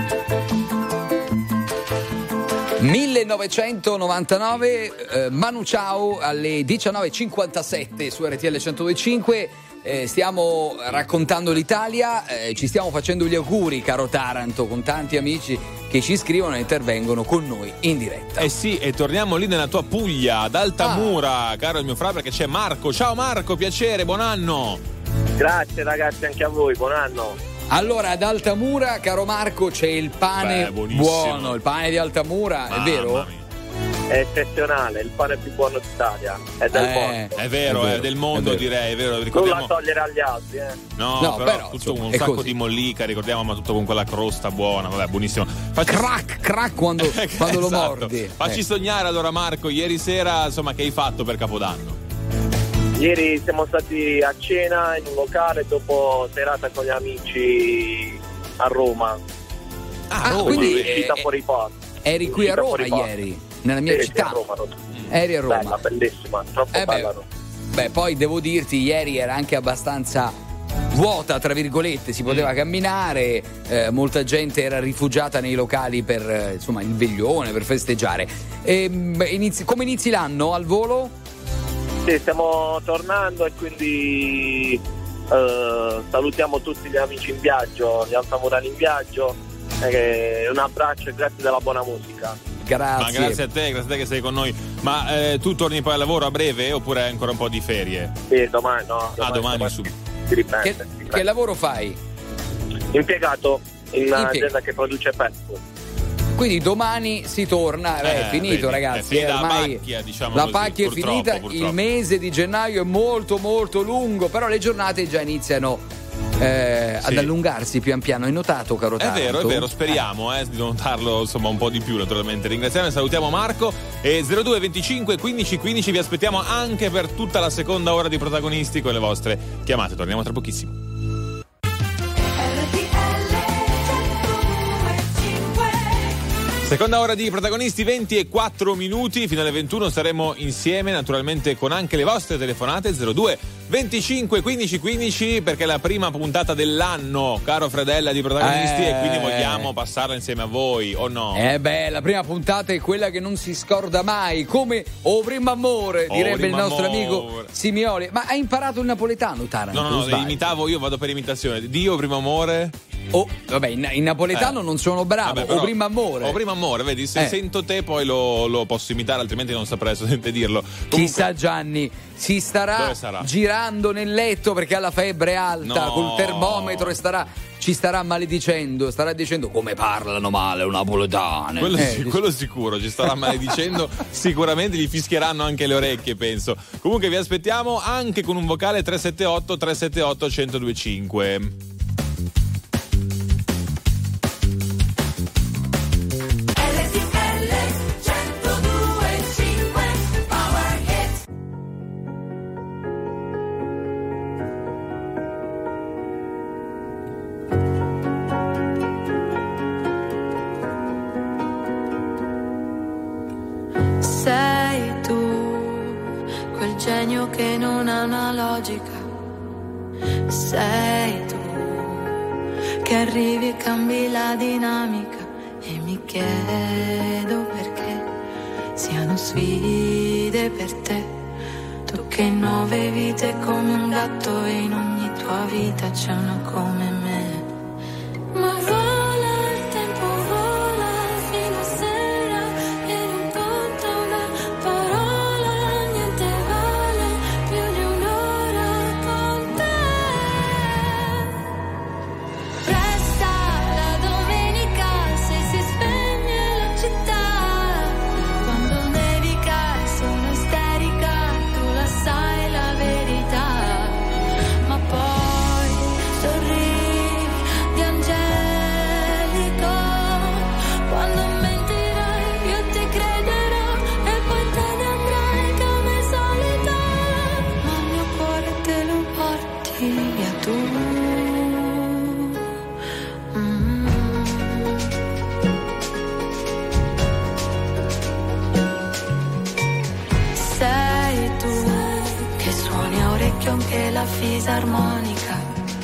millenovecentonovantanove, eh, Manu Chao alle diciannove e cinquantasette su R T L centodue e cinque. Eh, stiamo raccontando l'Italia, eh, ci stiamo facendo gli auguri, caro Taranto, con tanti amici che ci scrivono e intervengono con noi in diretta. Eh sì, e torniamo lì nella tua Puglia, ad Altamura, ah. caro il mio fratello, perché c'è Marco. Ciao Marco, piacere, buon anno. Grazie ragazzi, anche a voi, buon anno. Allora, ad Altamura, caro Marco, c'è il pane Beh, buono, il pane di Altamura, Mamma è vero? mia. È eccezionale, il pane più buono d'Italia, è del Eh, mondo. È vero, È vero, è del mondo, è vero. direi, è vero. Nulla Ricordiamo... a togliere agli altri, eh. No, No, però, però, tutto insomma, un è sacco così. di mollica, ricordiamo, ma tutto con quella crosta buona, vabbè, buonissimo. Facci... Crack, crack quando, quando lo Esatto. mordi. Facci Eh. sognare allora Marco, ieri sera, insomma, che hai fatto per Capodanno? Ieri siamo stati a cena in un locale dopo serata con gli amici a Roma. Ah, Ah, Roma, quindi, vedi? Uscita eh, fuori porta. Eri qui a Uscita Roma fuori porta. ieri, nella mia Sì, sì, città. a Roma, Roma. Eri a Roma. Bella, bellissima, troppo Eh beh, bella Roma. Beh, poi devo dirti, ieri era anche abbastanza vuota, tra virgolette, si poteva camminare, eh, molta gente era rifugiata nei locali per eh, insomma il veglione, per festeggiare. E, beh, inizi- come inizi l'anno al volo? Sì, stiamo tornando e quindi eh, salutiamo tutti gli amici in viaggio, gli altamurani in viaggio. Eh, un abbraccio e grazie della buona musica. Grazie. Ma grazie a te, grazie a te che sei con noi. Ma eh, tu torni poi al lavoro a breve oppure hai ancora un po' di ferie? Sì, domani no. Ah, domani subito. Si riprende. Che, si riprende. che lavoro fai? Impiegato in Impie- un'azienda che produce petto. Quindi domani si torna, beh, Eh, è finito vedi, ragazzi, è finita eh, la ormai pacchia, diciamo la così, pacchia è purtroppo, finita, purtroppo. il mese di gennaio è molto molto lungo, però le giornate già iniziano eh, ad Sì. allungarsi pian piano. Hai notato, caro È Taranto? vero, è vero, speriamo eh, di notarlo insomma un po' di più naturalmente. Ringraziamo e salutiamo Marco e zero due venticinque quindici quindici vi aspettiamo anche per tutta la seconda ora di protagonisti con le vostre chiamate. Torniamo tra pochissimo. Seconda ora di protagonisti, venti e quattro minuti, fino alle ventuno saremo insieme naturalmente con anche le vostre telefonate zero due venticinque quindici quindici perché è la prima puntata dell'anno, caro Fredella di protagonisti, Eh. e quindi vogliamo passarla insieme a voi, o no? Eh beh, la prima puntata è quella che non si scorda mai, come O primo amore, O direbbe il primo nostro amore. amico Simioli. Ma hai imparato il napoletano, Taranto? No, no, o no, sbaglio? imitavo, io vado per imitazione. Dio primo amore. Oh, vabbè, in, in napoletano Eh. non sono bravo, Vabbè, però- o primo amore. O primo amore, vedi, se Eh. sento te poi lo, lo posso imitare, altrimenti non saprei assolutamente dirlo. Comunque, Chissà Gianni, si starà Dove sarà? girando nel letto perché ha la febbre alta, No. col termometro e starà, ci starà maledicendo, starà dicendo come parlano male un napoletano. Quello, Eh, sì- dice- quello sicuro, ci starà maledicendo, sicuramente gli fischieranno anche le orecchie, penso. Comunque vi aspettiamo anche con un vocale tre sette otto tre sette otto uno zero due cinque. Sei tu, quel genio che non ha una logica. Sei tu, che arrivi e cambi la dinamica. E mi chiedo perché siano sfide per te. Tu che in nuove vite come un gatto e in ogni tua vita c'è una come me. Ma vola il tempo, vola fino a sera e non conta una parola, niente vale più di un'ora con te. Resta la domenica se si spegne la città, quando nevica e sono isterica, tu la sai la verità, ma poi sorridi occhio anche la fisarmonica.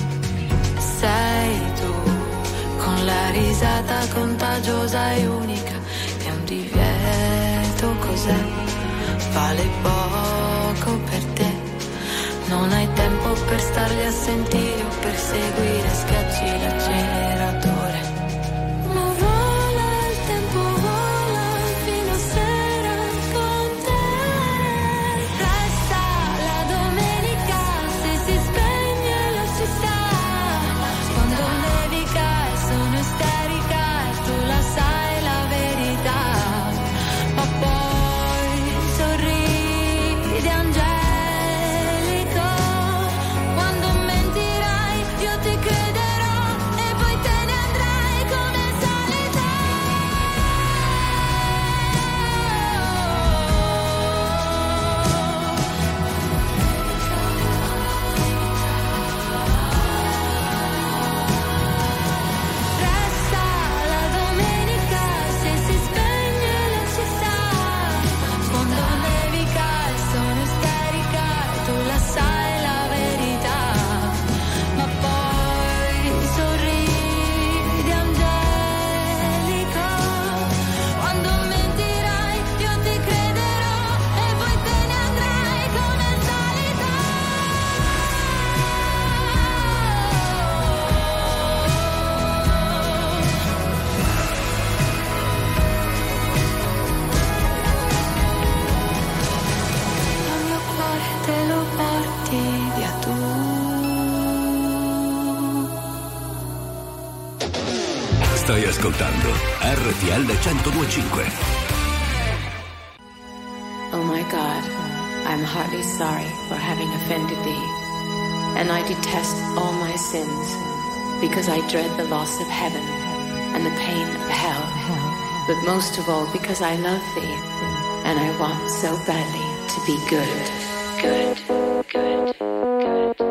Sei tu, con la risata contagiosa e unica. È un divieto, cos'è? Vale poco per te. Non hai tempo per starli a sentire o per seguire, schiacci l'acceleratore. Ma vola il tempo, vola fino a sera con te. Resta la domenica se si spegne la città. Quando nevica e sono isterica e tu la sai la verità. Ma poi sorridi angelico. Quando mentirai io ti crederò e poi te ne andrai come al solito. Resta la domenica se si spegne la città. Quando nevica e sono isterica e tu la sai la verità. Ma poi sorridi angelico. Quando mentirai io ti crederò e poi te ne andrai come al solito. Il mio cuore te lo porti via tu. Stai ascoltando R T L centodue e cinque. Oh my God, I'm heartily sorry for having offended thee, and I detest all my sins, because I dread the loss of heaven and the pain of hell, but most of all because I love thee, and I want so badly to be good, good, good, good.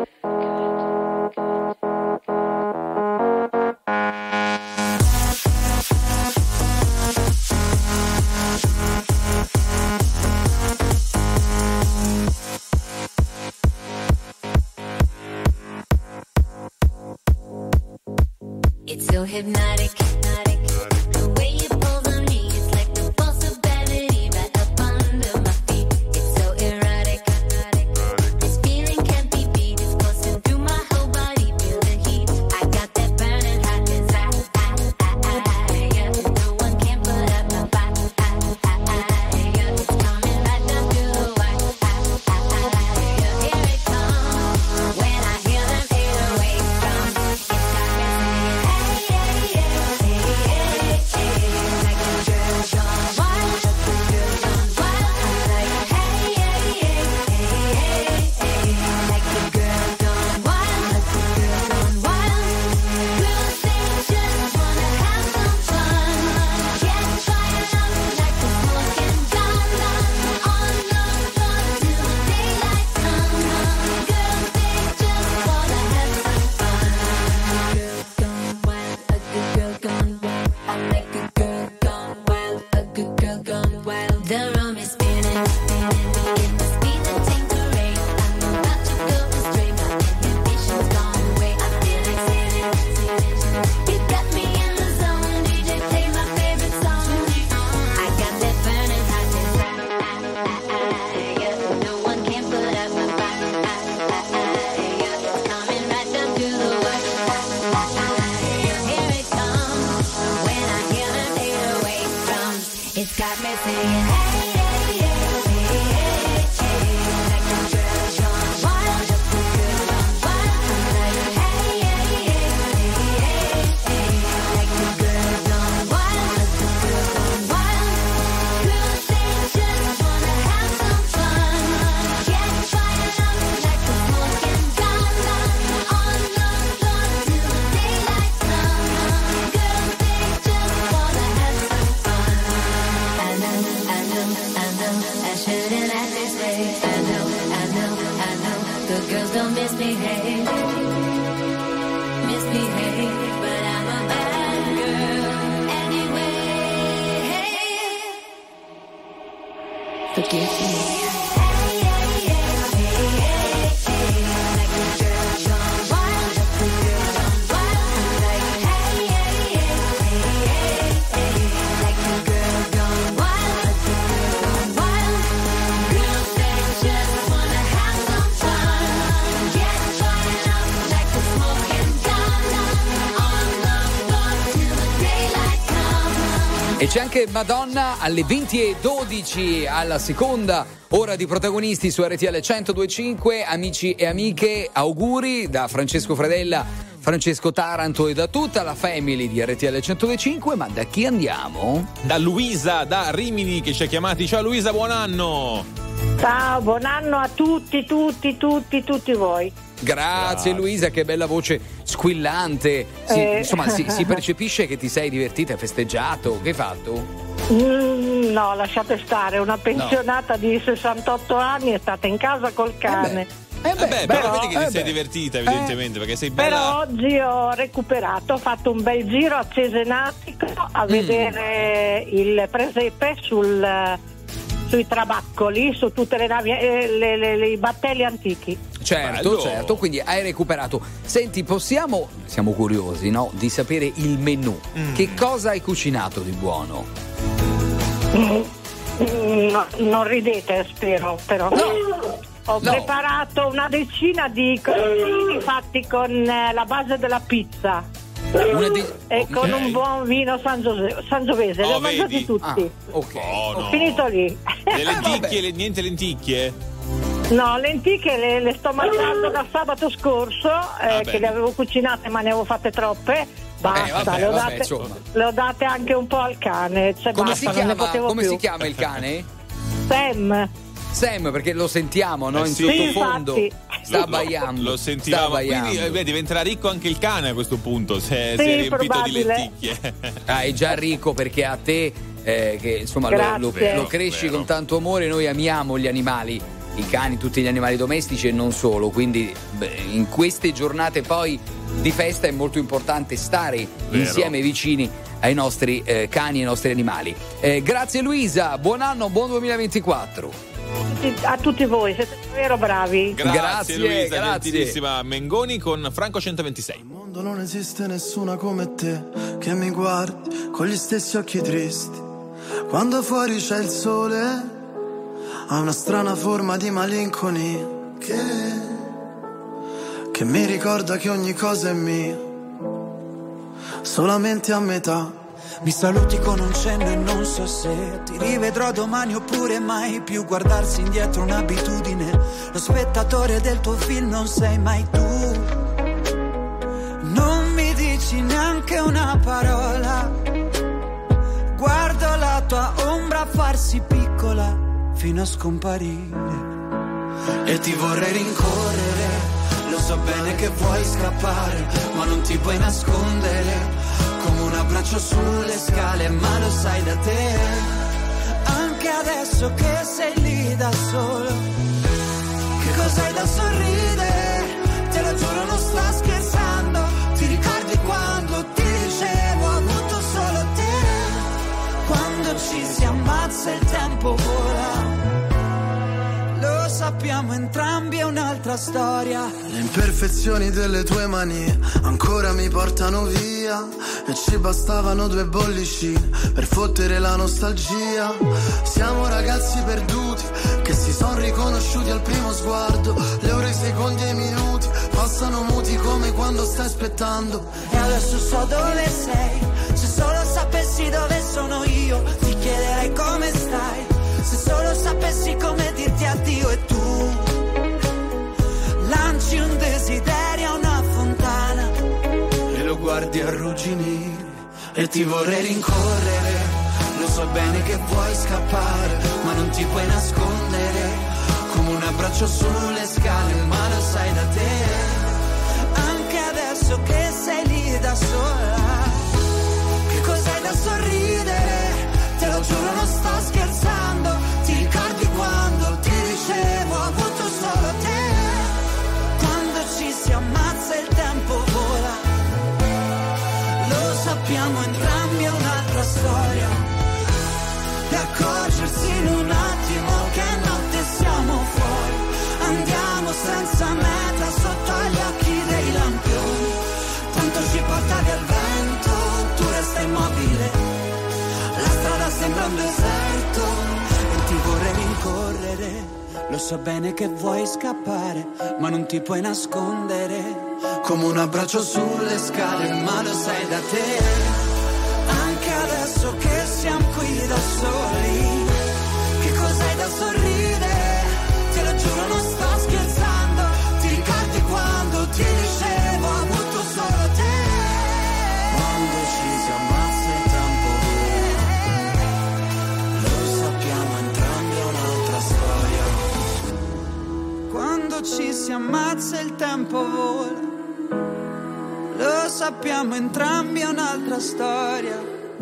It's so hypnotic, the way you pull on me. It's like the pulse of gravity right up under my feet. It's so erotic, this feeling can't be beat. It's coursing through my whole body, feel the heat. I got that burning hot desire, yeah. No one can put up my fire, yeah. It's coming right down to the wire, yeah. Here it comes, when I hear them eight oh eight drums. It's got me singing, hey, hey, hey, hey, hey, hey. Like a girl gone wild, girl gone wild. I'm like, hey, hey, hey, hey, hey, hey. Like a girl gone wild, like a girl gone wild. Girls, they just wanna have some fun. Get fired up like a smoking gun. On the run till the daylight comes. Girls, they just wanna have some fun. Girl gone wild, a good girl gone wild. I like a girl gone wild, a good girl gone wild. The room is spinning, spinning, begin to speed and take the rain. I'm about to go astray, my inhibitions gone away. I feel like sailing, sailing. You got me in the zone, D J play my favorite song. I got that burning hot desire, yeah. No one can put up my fire, yeah. It's coming right down to the wire, yeah. Here it comes, when I hear them eight oh eight drums. It's got me singing, hey, hey, hey, hey, hey, hey. Like a girl gone wild, a girl gone wild. I'm like, hey, hey, hey, hey, hey, hey. Like a girl gone wild, a girl gone wild. Girls, they just wanna have some fun. Get fired up like a smoking gun. On the run till the daylight comes. Girls, they just wanna have some fun. I know, I know, I know, I shouldn't act this way. I know, I know, I know, the girls don't misbehave, misbehave, but I'm a bad girl anyway. Forgive me. Hey, hey, hey, hey, hey, hey. E c'è anche Madonna alle venti e dodici alla seconda ora di Protagonisti su R T L centodue e cinque. Amici e amiche, auguri da Francesco Fredella, Francesco Taranto e da tutta la family di R T L centodue e cinque. Ma da chi andiamo? Da Luisa, da Rimini, che ci ha chiamati. Ciao Luisa, buon anno! Ciao, buon anno a tutti, tutti, tutti, tutti voi. Grazie Luisa, che bella voce squillante. Si, Eh. Insomma, si, si percepisce che ti sei divertita e festeggiato. Che hai fatto? Mm, no, lasciate stare, una pensionata di sessantotto anni è stata in casa col cane. Eh beh, beh, però, però- vedi che ti eh sei beh. divertita, evidentemente, perché sei Però bella. oggi ho recuperato, ho fatto un bel giro a Cesenatico a Mm. vedere il presepe sul, sui trabaccoli, su tutte le navi, eh, le, le- le- i battelli antichi. Certo, Bello. certo, quindi hai recuperato. Senti, possiamo, siamo curiosi, no? Di sapere il menù. Mm. Che cosa hai cucinato di buono? Mm, no, non ridete, spero, però. Ho No. preparato una decina di crostini fatti con eh, la base della pizza. Una di... E Ok. con un buon vino Sangiose- sangiovese, li Oh, ho mangiati vedi? tutti. Ah, ok. Oh, no. Ho finito lì. Le lenticchie, le, niente lenticchie? No, lenticchie le, le sto mangiando da sabato scorso, eh, Vabbè. che le avevo cucinate ma ne avevo fatte troppe. Basta, Eh, vabbè, le, ho vabbè, date, insomma. le ho date anche un po' al cane. Cioè Come, basta, si non ne chiama, potevo come più. si chiama il cane? Sam. Sam, perché lo sentiamo, no? Eh In sì. sottofondo. Sì, Sta Lo- abbaiando. Lo Sta sentivamo. abbaiando. Quindi eh, beh, diventerà ricco anche il cane a questo punto, se Sì, si è riempito probabile. di lenticchie. Ah, è già ricco perché a te, eh, che insomma lo, lo- Grazie. lo cresci Vero. con tanto amore, noi amiamo gli animali, i cani, tutti gli animali domestici e non solo. Quindi beh, in queste giornate poi di festa è molto importante stare Vero. insieme vicini ai nostri eh, cani e ai nostri animali. Eh, grazie Luisa, buon anno, buon duemilaventiquattro. A tutti voi, siete davvero bravi. Grazie, Grazie, Luisa, grazie. gentilissima. Mengoni con Franco centoventisei. Al mondo non esiste nessuna come te che mi guardi con gli stessi occhi tristi. Quando fuori c'è il sole, ha una strana forma di malinconia che, che mi ricorda che ogni cosa è mia, solamente a metà. Mi saluti con un cenno e non so se ti rivedrò domani oppure mai più. Guardarsi indietro un'abitudine, lo spettatore del tuo film non sei mai tu. Non mi dici neanche una parola, guardo la tua ombra farsi piccola fino a scomparire. E ti vorrei rincorrere, lo so bene che vuoi scappare, ma non ti puoi nascondere. Come un abbraccio sulle scale, ma lo sai da te. Anche adesso che sei lì da solo, Che cos'hai da sorridere? Te lo giuro non sto scherzando. Ti ricordi quando ti dicevo ho avuto solo te? quando ci si ammazza il tempo vola. Lo sappiamo entrambi, è un'altra storia. Le imperfezioni delle tue manie ancora mi portano via, e ci bastavano due bollicine per fottere la nostalgia. Siamo ragazzi perduti che si son riconosciuti al primo sguardo. Le ore, i secondi e i minuti passano muti come quando stai aspettando. E adesso so dove sei, se solo sapessi dove sono io, ti chiederei come stai. Se solo sapessi come dirti addio e tu lanci un desiderio a una fontana E lo guardi arrugginire e ti vorrei rincorrere. Lo so bene che vuoi scappare, ma non ti puoi nascondere. Come un abbraccio sulle scale, ma lo sai da te. anche adesso che sei lì da sola. Che cos'hai da sorridere? Te lo giuro non sto scherzando. Ti ricordi quando ti dicevo ho avuto solo te? Quando ci si ammazza il tempo vola. Lo sappiamo entrambi, è un'altra storia. E accorgersi in un attimo che notte siamo fuori. Andiamo senza meta sotto agli occhi dei lampioni. Tanto ci porta via il vento, tu resta immobile. La strada sembra un deserto E ti vorrei rincorrere, lo so bene che vuoi scappare, ma non ti puoi nascondere. come un abbraccio sulle scale, ma lo sai da te. Anche adesso penso che siamo qui da soli. Che cos'hai da sorridere? Te lo giuro non sto scherzando. Ti ricordi quando ti dicevo ho avuto solo te? Quando ci si ammazza il tempo vola. Lo sappiamo entrambi è un'altra storia. Quando ci si ammazza il tempo vola. Lo sappiamo entrambi è un'altra storia.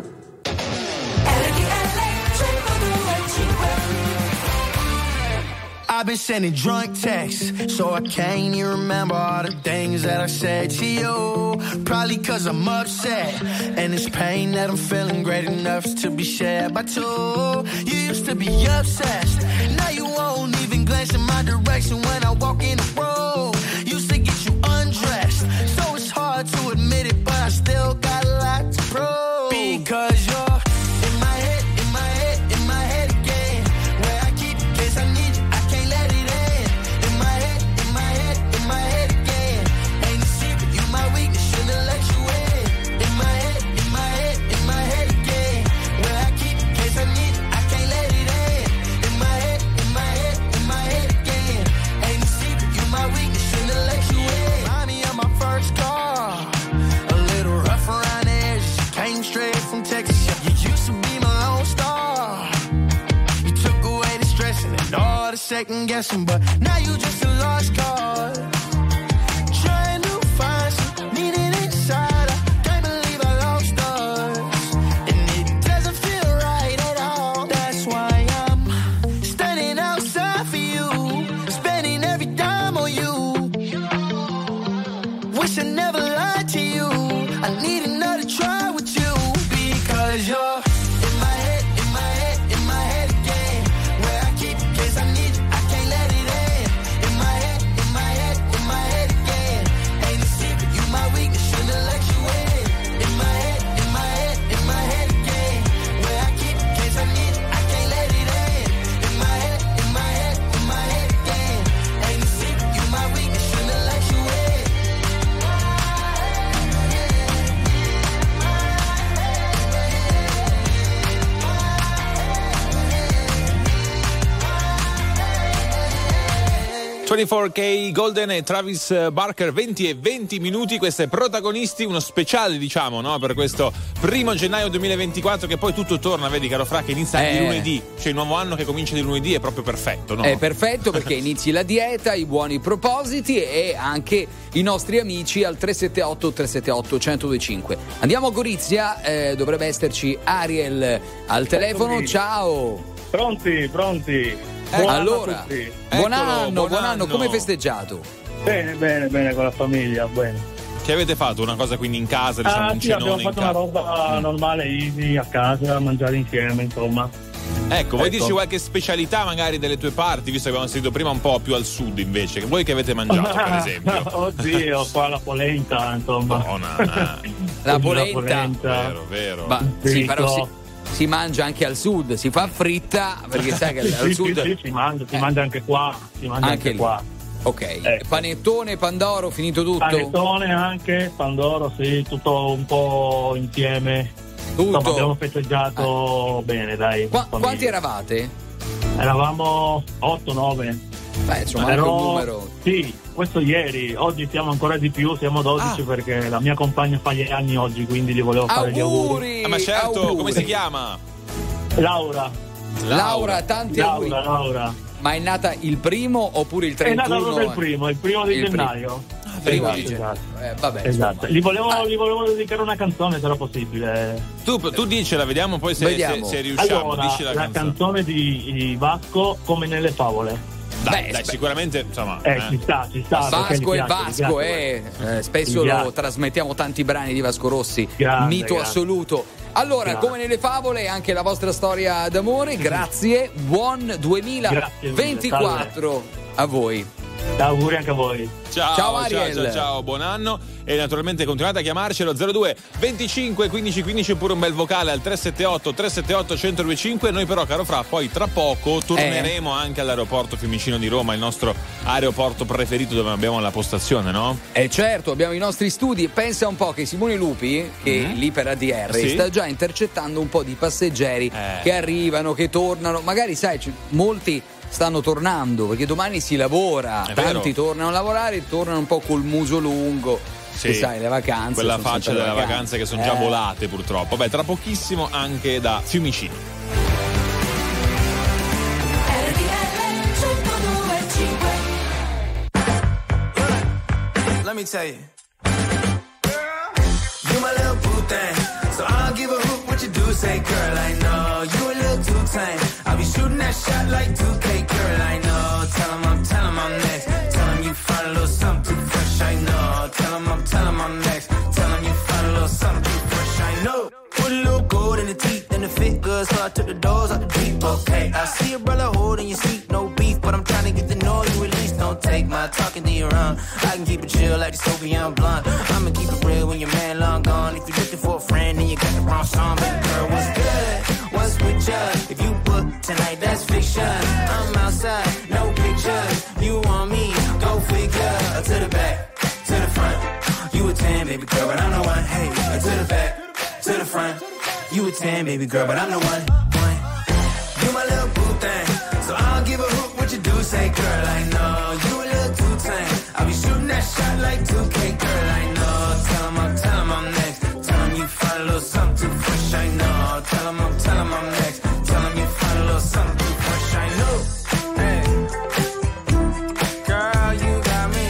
I've been sending drunk texts, so I can't even remember all the things that I said to you. Probably cause I'm upset, and it's pain that I'm feeling great enough to be shared by two. You used to be obsessed, now you won't even glance in my direction when I walk in the room. Used to get you undressed, so it's hard to admit it, but I still got a lot to prove. Because you're in my head, in my head, in my head again. Where I keep in case I need you. Second guessing, but now you just a lost cause. Trying to find some meaning inside. I can't believe I lost us, and it doesn't feel right at all. That's why I'm standing outside for you, spending every dime on you. Wish I never lied to you. I need another try with you because you're. ventiquattro K Golden e Travis Barker, venti e venti minuti, queste protagonisti, uno speciale diciamo, no? Per questo primo gennaio duemilaventiquattro, che poi tutto torna, vedi caro Fra, che inizia eh. di lunedì, cioè il nuovo anno che comincia di lunedì è proprio perfetto, no? È perfetto perché inizi la dieta, i buoni propositi e anche i nostri amici al tre sette otto tre sette otto uno zero due cinque. Andiamo a Gorizia, eh, dovrebbe esserci Ariel al telefono. Ciao. Pronti, pronti. Eh, buon allora, anno tutti. buon Eccolo, anno, buon buon anno, anno. come hai festeggiato? Bene, bene, bene, con la famiglia, bene. Che avete fatto? Una cosa quindi in casa, diciamo, Ah, un sì, cenone abbiamo in fatto una casa? roba normale, easy, a casa, mangiare insieme, insomma. Ecco, vuoi Ecco. dirci qualche specialità magari delle tue parti, visto che abbiamo sentito prima un po' più al sud invece, che voi che avete mangiato per esempio? Oddio, qua la polenta, insomma. Buona, eh. La polenta. polenta. Vero, vero. Ma sì, Fritto. però si, si mangia anche al sud, si fa fritta, perché sai che Sì, al sì, sud sì, sì, si mangia, si Eh. mangia anche qua, si mangia Anche anche, lì. qua. Ok, Ecco. panettone, pandoro, finito tutto? Panettone anche, pandoro, sì, tutto un po' insieme. Tutto. Insomma, abbiamo festeggiato bene, dai. Qua- famiglia. quanti eravate? Eravamo otto nove. Beh, insomma, anche un numero. Sì, questo ieri, oggi siamo ancora di più, siamo dodici Ah. perché la mia compagna fa gli anni oggi, quindi gli volevo fare gli auguri. Auguri! Ah, ma certo, auguri. come si chiama? Laura. Laura, tanti auguri. Laura, Laura. Ma è nata il primo oppure il È trentuno? nato proprio il primo, il primo di Il primo. gennaio. Primo Esatto, di gennaio. esatto. Eh, vabbè, Esatto. insomma. Gli volevo, Ah. gli volevo dedicare una canzone, se era possibile. Tu, tu dicela, vediamo poi se, Vediamo. se, se riusciamo. Allora, Dici la, la canzone. canzone di, di Vasco, Come nelle favole. Dai, Beh, dai, spe- sicuramente, insomma. Eh, eh. ci sta, ci sta. perché Vasco gli e piace, gli Vasco, piace. eh, eh, spesso Gli lo piace. trasmettiamo tanti brani di Vasco Rossi, Grande, mito grande. assoluto. Allora, Grande. come nelle favole, anche la vostra storia d'amore, grazie, buon Grazie mille, duemilaventiquattro a voi. Auguri anche a voi. Ciao, Ciao, ciao, Ariel. ciao, ciao, buon anno. E naturalmente continuate a chiamarci allo zero due venticinque quindici quindici oppure un bel vocale al tre sette otto tre sette otto uno zero due cinque. Noi però, caro Fra, poi tra poco torneremo eh. anche all'aeroporto Fiumicino di Roma, il nostro aeroporto preferito dove abbiamo la postazione, no? Eh certo, abbiamo i nostri studi. Pensa un po' che Simone Lupi, che Mm-hmm. lì per A D R, Sì. sta già intercettando un po' di passeggeri Eh. che arrivano, che tornano. Magari, sai, c- molti stanno tornando perché domani si lavora. È Tanti vero. tornano a lavorare e tornano un po' col muso lungo. Sì. Che sai, le vacanze. Quella sono faccia sempre delle vacanze. vacanze che sono già Eh. volate, purtroppo. Beh, tra pochissimo anche da Fiumicino. Let me tell you. You my little boo thing, so I'll give a hoot what you do. Say, girl, I know you a little too tame. I'll be shooting that shot like two K, girl, I know. Tell 'em I'm, tell 'em I'm next. Tell 'em you find a little something too fresh, I know. Tell 'em I'm, tell 'em I'm next. Tell 'em you find a little something too fresh, I know. Put a little gold in the teeth and the fit good, so I took the doors out the deep, okay. I see a brother holding your seat, no beef, but I'm trying to get to know you at least. Don't take my talking to your own. I can keep it chill like the Soviet blunt. I'ma keep it real when your man long gone. If you're looking for a friend, then you got the wrong song. Baby girl, what's good? What's with ya? If you book tonight, that's fiction. I'm outside, no pictures. You want me? Go figure. To the back, to the front. You a ten, baby girl, but I'm the one. Hey, to the back, to the front. You a ten, baby girl, but I'm the one. one. You my little boo thing, so I'll give a hoot what you do. Say, girl, I know you a little too tame. I'll be shooting that shot like two K, girl, I know. Tell 'em I'm, tell 'em I'm next. Tell 'em you find a little something too fresh, I know. Tell 'em I'm, tell 'em I'm next. Tell 'em you find a little something too fresh, I know. Hey, girl, you got me.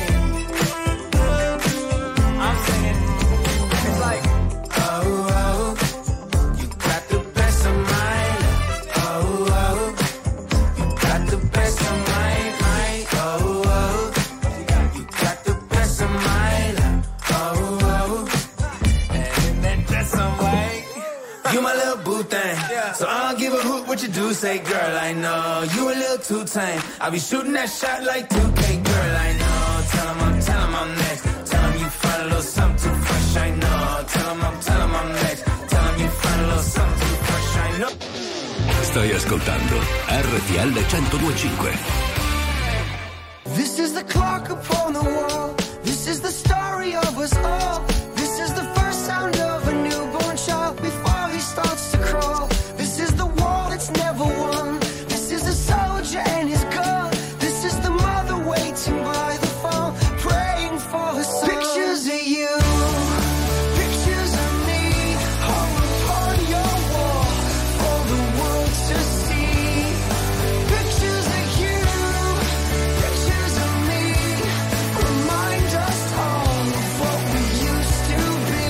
I'm singing. It's like, oh, oh, you got the best of mine. Oh, oh, you got the best of mine. mine. Oh, oh, you got the best of mine. Oh, oh, and then that's some way. You my little boo thing, so I don't give a hoot what you do. Say, girl, I know you a little too tame. I'll be shooting that shot like two K, girl, I know. Tell 'em I'm, tell 'em I'm next. Tell 'em you find a little something too fresh, I know. Tell 'em I'm, tell 'em I'm next. Tell 'em you find a little something too fresh, I know. Stai ascoltando R T L centodue e cinque. This is the clock upon the wall. This is the story of us all. This is the first sound of a newborn child before he starts to crawl. This is the war that's never won. This is a soldier and his gun. This is the mother waiting by the phone, praying for her son. Pictures of you, pictures of me, hung upon your wall for the world to see. Pictures of you, pictures of me, remind us all of what we used to be.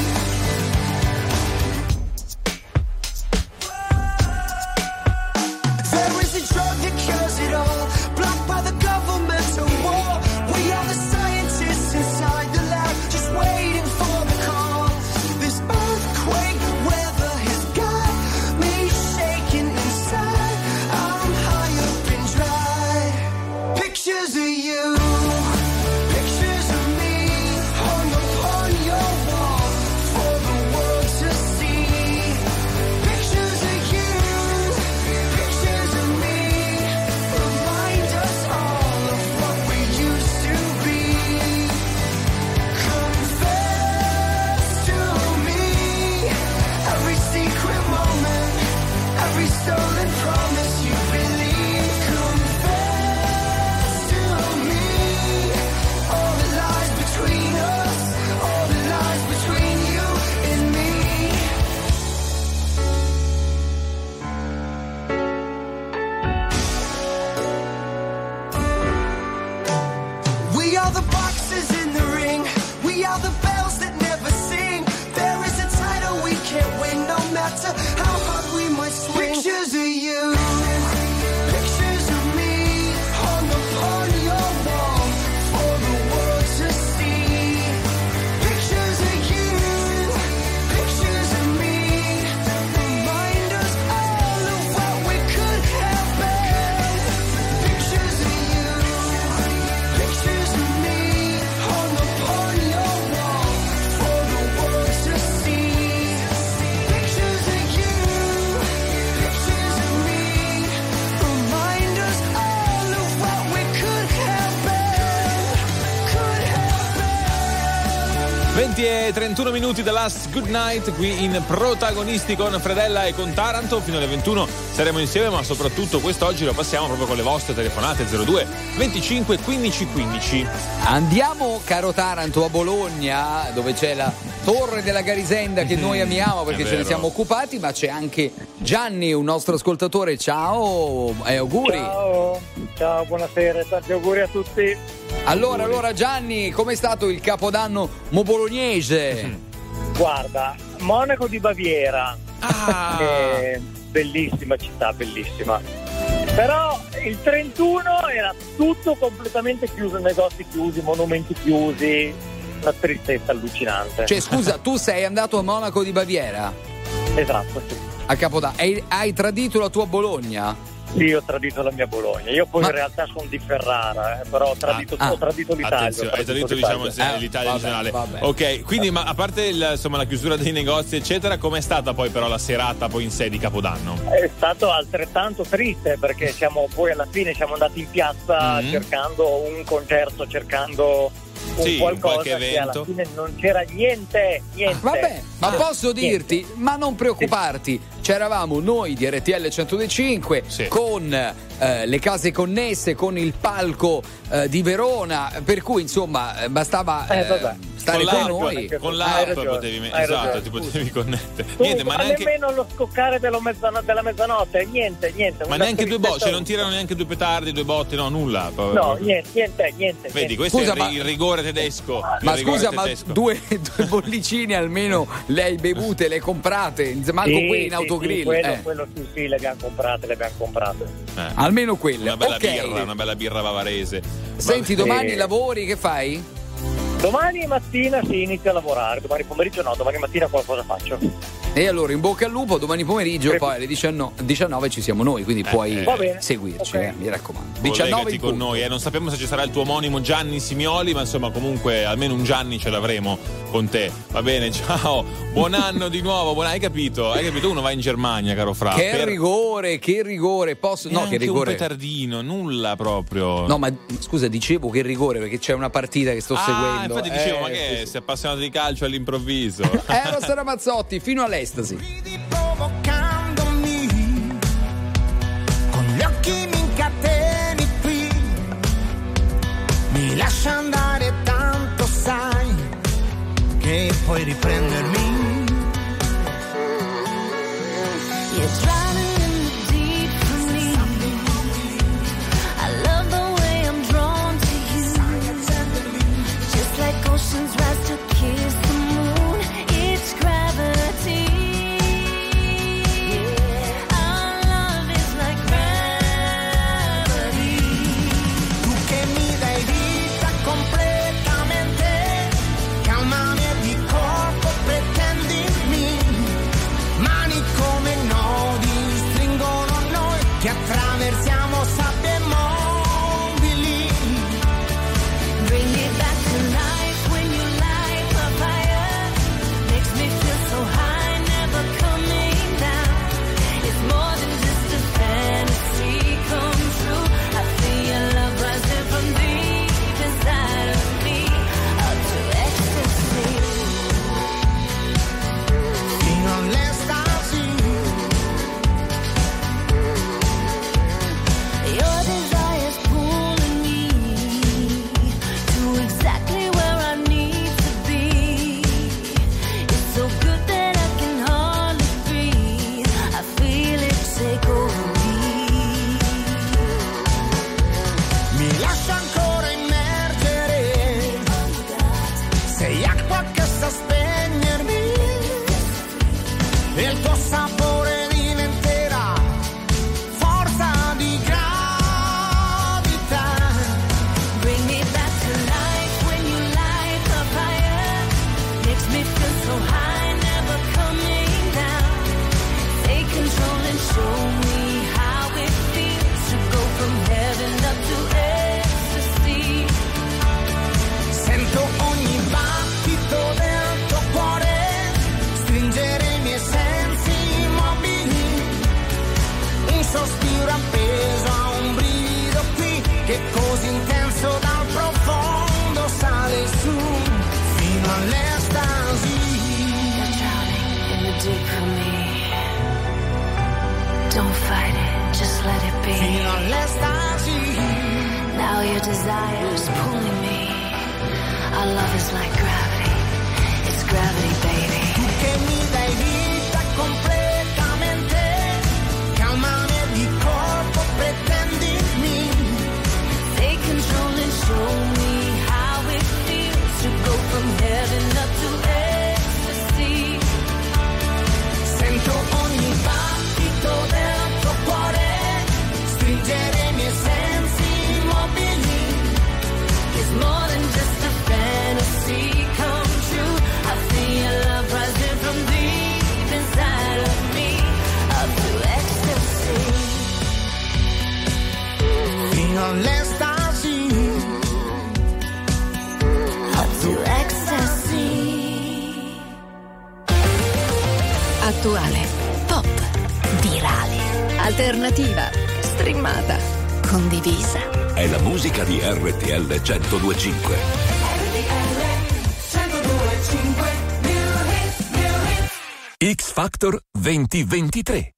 There is a drug that cures it all, blocked by the governmental war. We are the scientists inside the lab, just waiting for the call. This earthquake weather has got me shaking inside. I'm high up and dry. Pictures of you, pictures of me, hung upon your wall for the world to see. Pictures of you, pictures of me, remind us all of what we used to be. Confess to me every secret moment, every stolen promise you believe. Confess to me all the lies between us, all the lies between you and me. We are the boxes in the ring. We are the bells that never sing. There is a title we can't win, no matter how hard we might swing. Pictures of you, pictures of me, hung upon your wall for the world to see. Pictures of you, pictures of me, remind us all of what we could have been. Pictures of you, venti e trentuno minuti da Last Good Night qui in Protagonisti con Fredella e con Taranto. Fino alle ventuno saremo insieme, ma soprattutto quest'oggi lo passiamo proprio con le vostre telefonate zero due venticinque quindici quindici. Andiamo, caro Taranto, a Bologna, dove c'è la Torre della Garisenda che noi amiamo perché ce ne siamo occupati, ma c'è anche Gianni, un nostro ascoltatore. Ciao e auguri. Ciao, ciao, buonasera, tanti auguri a tutti. Allora, allora Gianni, com'è stato il Capodanno mo bolognese? Guarda, Monaco di Baviera, ah. eh, bellissima città, bellissima. Però il trentuno era tutto completamente chiuso, negozi chiusi, monumenti chiusi, una tristezza allucinante. Cioè, scusa, tu sei andato a Monaco di Baviera? Esatto, sì. A Capodanno. Hai, hai tradito la tua Bologna? Sì, ho tradito la mia Bologna. Io poi Ma... in realtà sono di Ferrara, eh, però ho tradito, ah, ho tradito l'Italia. Attenzione, ho hai tradito tradito l'Italia. diciamo Eh, l'Italia in vabbè, generale. vabbè. Ok, quindi ma a parte il, insomma, la chiusura dei negozi eccetera, com'è stata poi però la serata poi in sé di Capodanno? È stato altrettanto triste perché siamo poi alla fine siamo andati in piazza Mm-hmm. cercando un concerto, cercando un Sì, qualcosa qualche che alla evento. fine non c'era niente, niente. Vabbè, ma Ah, posso niente. dirti, ma non preoccuparti, c'eravamo noi di R T L centodue e cinque con eh, le case connesse, con il palco eh, di Verona, per cui insomma eh, bastava Eh, eh, vabbè. stare con con l'app, noi. con Hai l'app ragione, potevi me- hai esatto, ragione, ti scusa. potevi connettere. Comunque, Niente, ma ma neanche nemmeno lo scoccare dello mezzano- della mezzanotte, niente, niente. ma una neanche due tristezza- botti, cioè non tirano neanche due petardi, due botti, no, nulla. No, niente, niente, niente. Vedi, niente. questo Scusa, è il, ma- il rigore tedesco. Ma il rigore scusa, ma tedesco. due, due bollicine almeno le hai bevute, le hai comprate, manco Sì, qui in sì, autogrill. sì, quello, eh. quello sì, sì, le abbiamo comprate, le abbiamo comprate. Eh. Almeno quelle. Una bella Ok. birra, una bella birra bavarese. Senti, Va- domani Eh. lavori, che fai? Domani mattina si inizia a lavorare, domani pomeriggio no, domani mattina qualcosa faccio. E allora in bocca al lupo, domani pomeriggio, poi alle diciannove, diciannove ci siamo noi, quindi Eh, puoi eh. Va bene. seguirci, Ok. eh, mi raccomando. diciannove Collegati in con punto. noi, eh. Non sappiamo se ci sarà il tuo omonimo Gianni Simioli, ma insomma comunque almeno un Gianni ce l'avremo con te. Va bene, ciao, buon anno di nuovo, buon... hai capito? Hai capito? Uno va in Germania, caro Fra. Che per... rigore, che rigore, posso... No, Neanche che rigore... un petardino, nulla proprio. No, ma scusa, dicevo che rigore perché c'è una partita che sto ah, seguendo. infatti dicevo, Eh, ma che sì, è? Sei appassionato di calcio all'improvviso? Eh, lo sarà Mazzotti, fino all'estasi. Provocandomi, con gli occhi mi incateni qui, mi lascia andare tanto, sai, che puoi riprendermi. You're drowning in the deep for me. I love the way I'm drawn to you. Just like oceans rise to kiss the moon. It's gravity. Our love is like gravity. Tu che mi dai vita completamente, calmami e di corpo pretendimi, mani come nodi stringono noi che attraversiamo sabbie mobili. Bring me back to life when you light my fire. Makes me feel so high, never coming down. It's more than just a fantasy come true. I feel your love rising from deep inside of me, up to ecstasy. Fino all'estasi, Your desire's pulling me to exactly where I need to be. It's so good that I can hardly breathe. I feel it take over me. mi lascia ancora immergere, sei acqua che sa spegnermi, e il tuo sapore diventerà forza di gravità. Bring me back to life when you light the fire. Makes me feel so high, never coming down. Take control and show me how it feels to go from heaven up to ecstasy. Sento ogni battito del tuo cuore stringere i miei sensi immobili, un sospiro appeso a un brivido qui che così intenso dal profondo sale su fino all'estasi. Don't fight it, just let it be. Fino all'estasi. Now your desire is pulling me. Our love is like gravity. It's gravity, baby. Tu che mi dai vita completamente, calmami di corpo, pretendimi. Take control and show me how it feels to go from heaven up to ecstasy. Sento ogni battito del tuo cuore, stringere i miei sensi immobili. It's more than just a fantasy come true. I feel your love rising from deep inside of me, up to ecstasy. Fino all'estasi. Up to ecstasy. Attuale, pop, virale, alternativa, streamata, condivisa. È la musica di R T L centodue e cinque. X Factor duemilaventitré.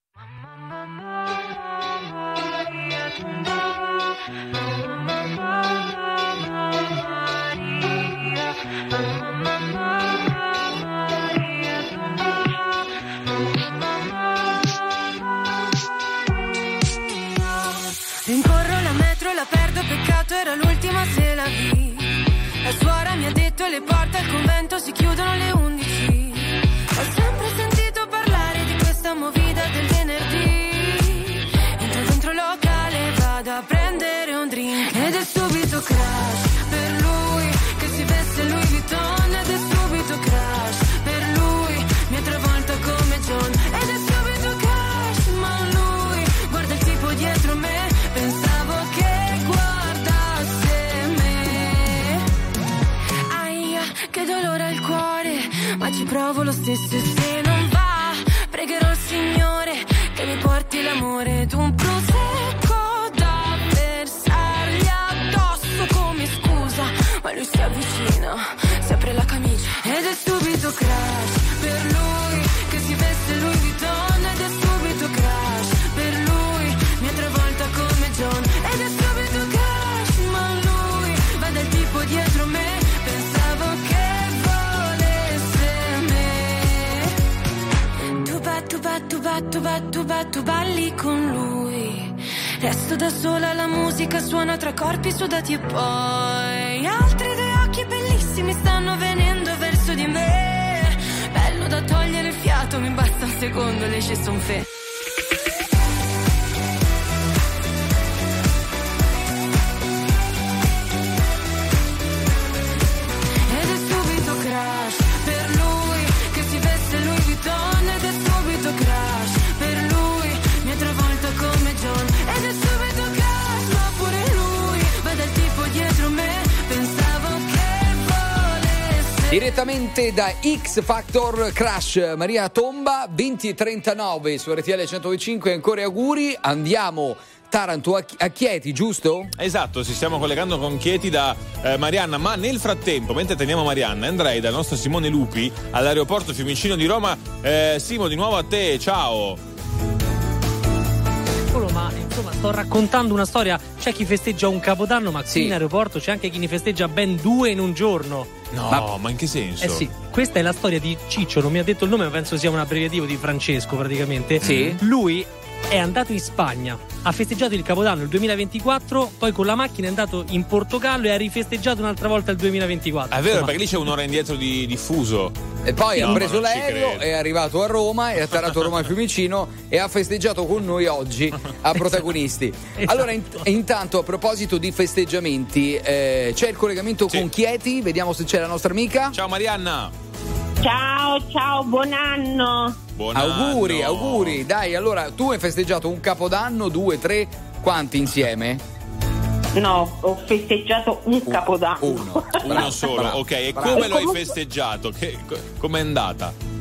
Rincorro la metro, la perdo, peccato, era l'ultima se la vi. La suora mi ha detto le porte al convento si chiudono alle undici. Ho sempre sentito parlare di questa movida del venerdì. Entro dentro il locale, vado a prendere un drink ed è subito crash per lui che si veste Louis Vuitton. Ed è subito crash per lui, mi ha travolta come John. Ed è subito crash, ma lui guarda il tipo dietro me. Pensavo che guardasse me. Aia, che dolore al cuore, ma ci provo lo stesso e se non va pregherò il Signore che mi porti l'amore ed un prosecco da versargli addosso come scusa. Ma lui si avvicina, si apre la camicia ed è subito crash per lui che si veste Louis Vuitton. Ed è subito crash per lui, mi ha travolta come John. Ed è subito crash, ma lui va dal tipo dietro me. Pensavo che volesse me. Tu ba, tu ba, tu ba, tu ba, tu ba, tu balli con lui. Resto da sola, la musica suona tra corpi sudati e poi altri due occhi bellissimi stanno venendo verso di me. Bello da togliere il fiato, mi basta un secondo, le esce son fe. Ed è subito crash per lui che si veste Louis Vuitton. Ed è subito crash per lui, mi ha travolta come John. Ed è subito crash, ma pure lui va dal tipo dietro me. Pensavo che volesse. Direttamente da X Factor Crash, Maria Tomba, venti e trentanove su R T L centodue e cinque. Ancora auguri. Andiamo Taranto a, a Chieti, giusto? Esatto, ci stiamo collegando con Chieti da eh, Marianna, ma nel frattempo, mentre teniamo Marianna, andrei dal nostro Simone Lupi all'aeroporto Fiumicino di Roma. eh, Simo, di nuovo a te, ciao. Ma insomma sto raccontando una storia. C'è chi festeggia un capodanno, ma qui Sì. in aeroporto c'è anche chi ne festeggia ben due in un giorno. No, Ma- ma, in che senso? Eh sì, questa è la storia di Ciccio, non mi ha detto il nome, ma penso sia un abbreviativo di Francesco praticamente. Sì. Lui è andato in Spagna, ha festeggiato il Capodanno il duemilaventiquattro, poi con la macchina è andato in Portogallo e ha rifesteggiato un'altra volta il duemilaventiquattro. È vero, Insomma, perché lì c'è un'ora indietro di, di fuso. E poi Sì, ha no, preso ma non ci l'aereo, credo. è arrivato a Roma, è atterrato a Roma Fiumicino e ha festeggiato con noi oggi a Protagonisti. Esatto. Allora, in- intanto a proposito di festeggiamenti, eh, c'è il collegamento Sì. con Chieti, vediamo se c'è la nostra amica. Ciao Marianna. Ciao, ciao, buon anno. Buon Auguri, anno. auguri. Dai, allora tu hai festeggiato un capodanno, due, tre, quanti insieme? No, ho festeggiato un capodanno. Uno. Uno solo, bravo, ok. E bravo. come lo hai Comunque- festeggiato? Che, co- com'è andata?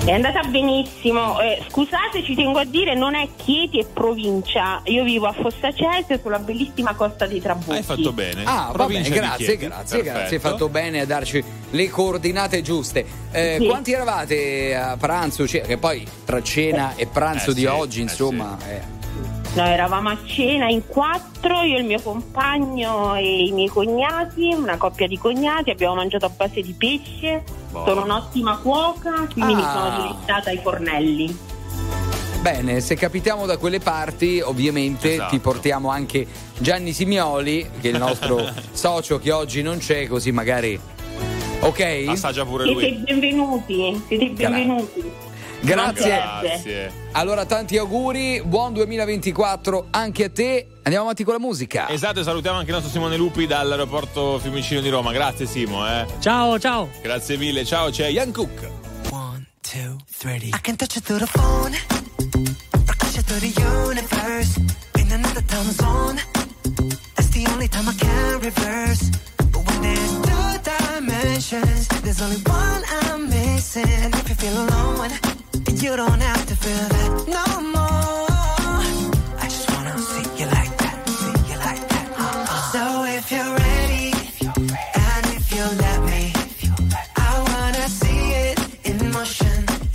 È andata benissimo. Eh, scusate, ci tengo a dire, non è Chieti, è provincia. Io vivo a Fossacese sulla bellissima costa dei Trabucchi. Hai fatto bene. Ah, va bene, grazie, grazie, grazie. Hai fatto bene a darci le coordinate giuste. Eh, Sì. Quanti eravate a pranzo? Cioè, che poi tra cena e pranzo Eh, di sì, oggi, eh, insomma. eh. No, eravamo a cena in quattro, io, il mio compagno e i miei cognati, una coppia di cognati, abbiamo mangiato a base di pesce. Boh. Sono un'ottima cuoca, quindi mi Ah. sono dilettata ai fornelli. Bene, se capitiamo da quelle parti, ovviamente Esatto. ti portiamo anche Gianni Simioli, che è il nostro socio che oggi non c'è, così magari. Ok? Assaggia pure Siete lui. benvenuti, siete benvenuti. Grazie. Grazie. Allora, tanti auguri, buon duemilaventiquattro anche a te. Andiamo avanti con la musica. Esatto, e salutiamo anche il nostro Simone Lupi dall'aeroporto Fiumicino di Roma. Grazie Simo, eh. Ciao, ciao. Grazie mille, ciao, c'è Ian Cook. Two, three. I can touch you through the phone, rock you through the universe, in another time zone. That's the only time I can reverse. But when there's two dimensions, there's only one I'm missing. And if you feel alone, you don't have to feel that no more. I just wanna see you like that, see you like that. Uh-uh. So if you're ready, if you're ready, and if you let me, if you let me, I wanna see it in motion.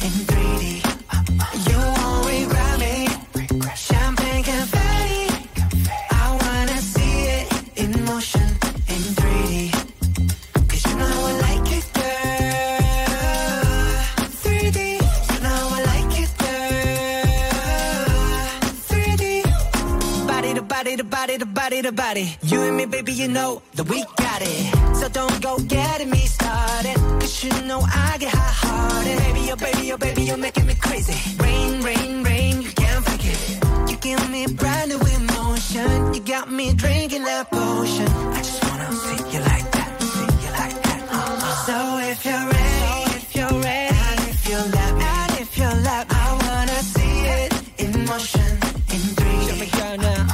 The body, the body, the body. You and me, baby, you know that we got it. So don't go getting me started, cause you know I get hot-hearted. Baby, oh baby, oh baby, you're making me crazy. Rain, rain, rain, you can't fake it. You give me brand new emotion. You got me drinking that potion. I just wanna see you like that, see you like that. Uh-uh. So if you're ready, if you're ready, and if you let me, and if you let me, I wanna see it in motion, in three D. Show me girl now.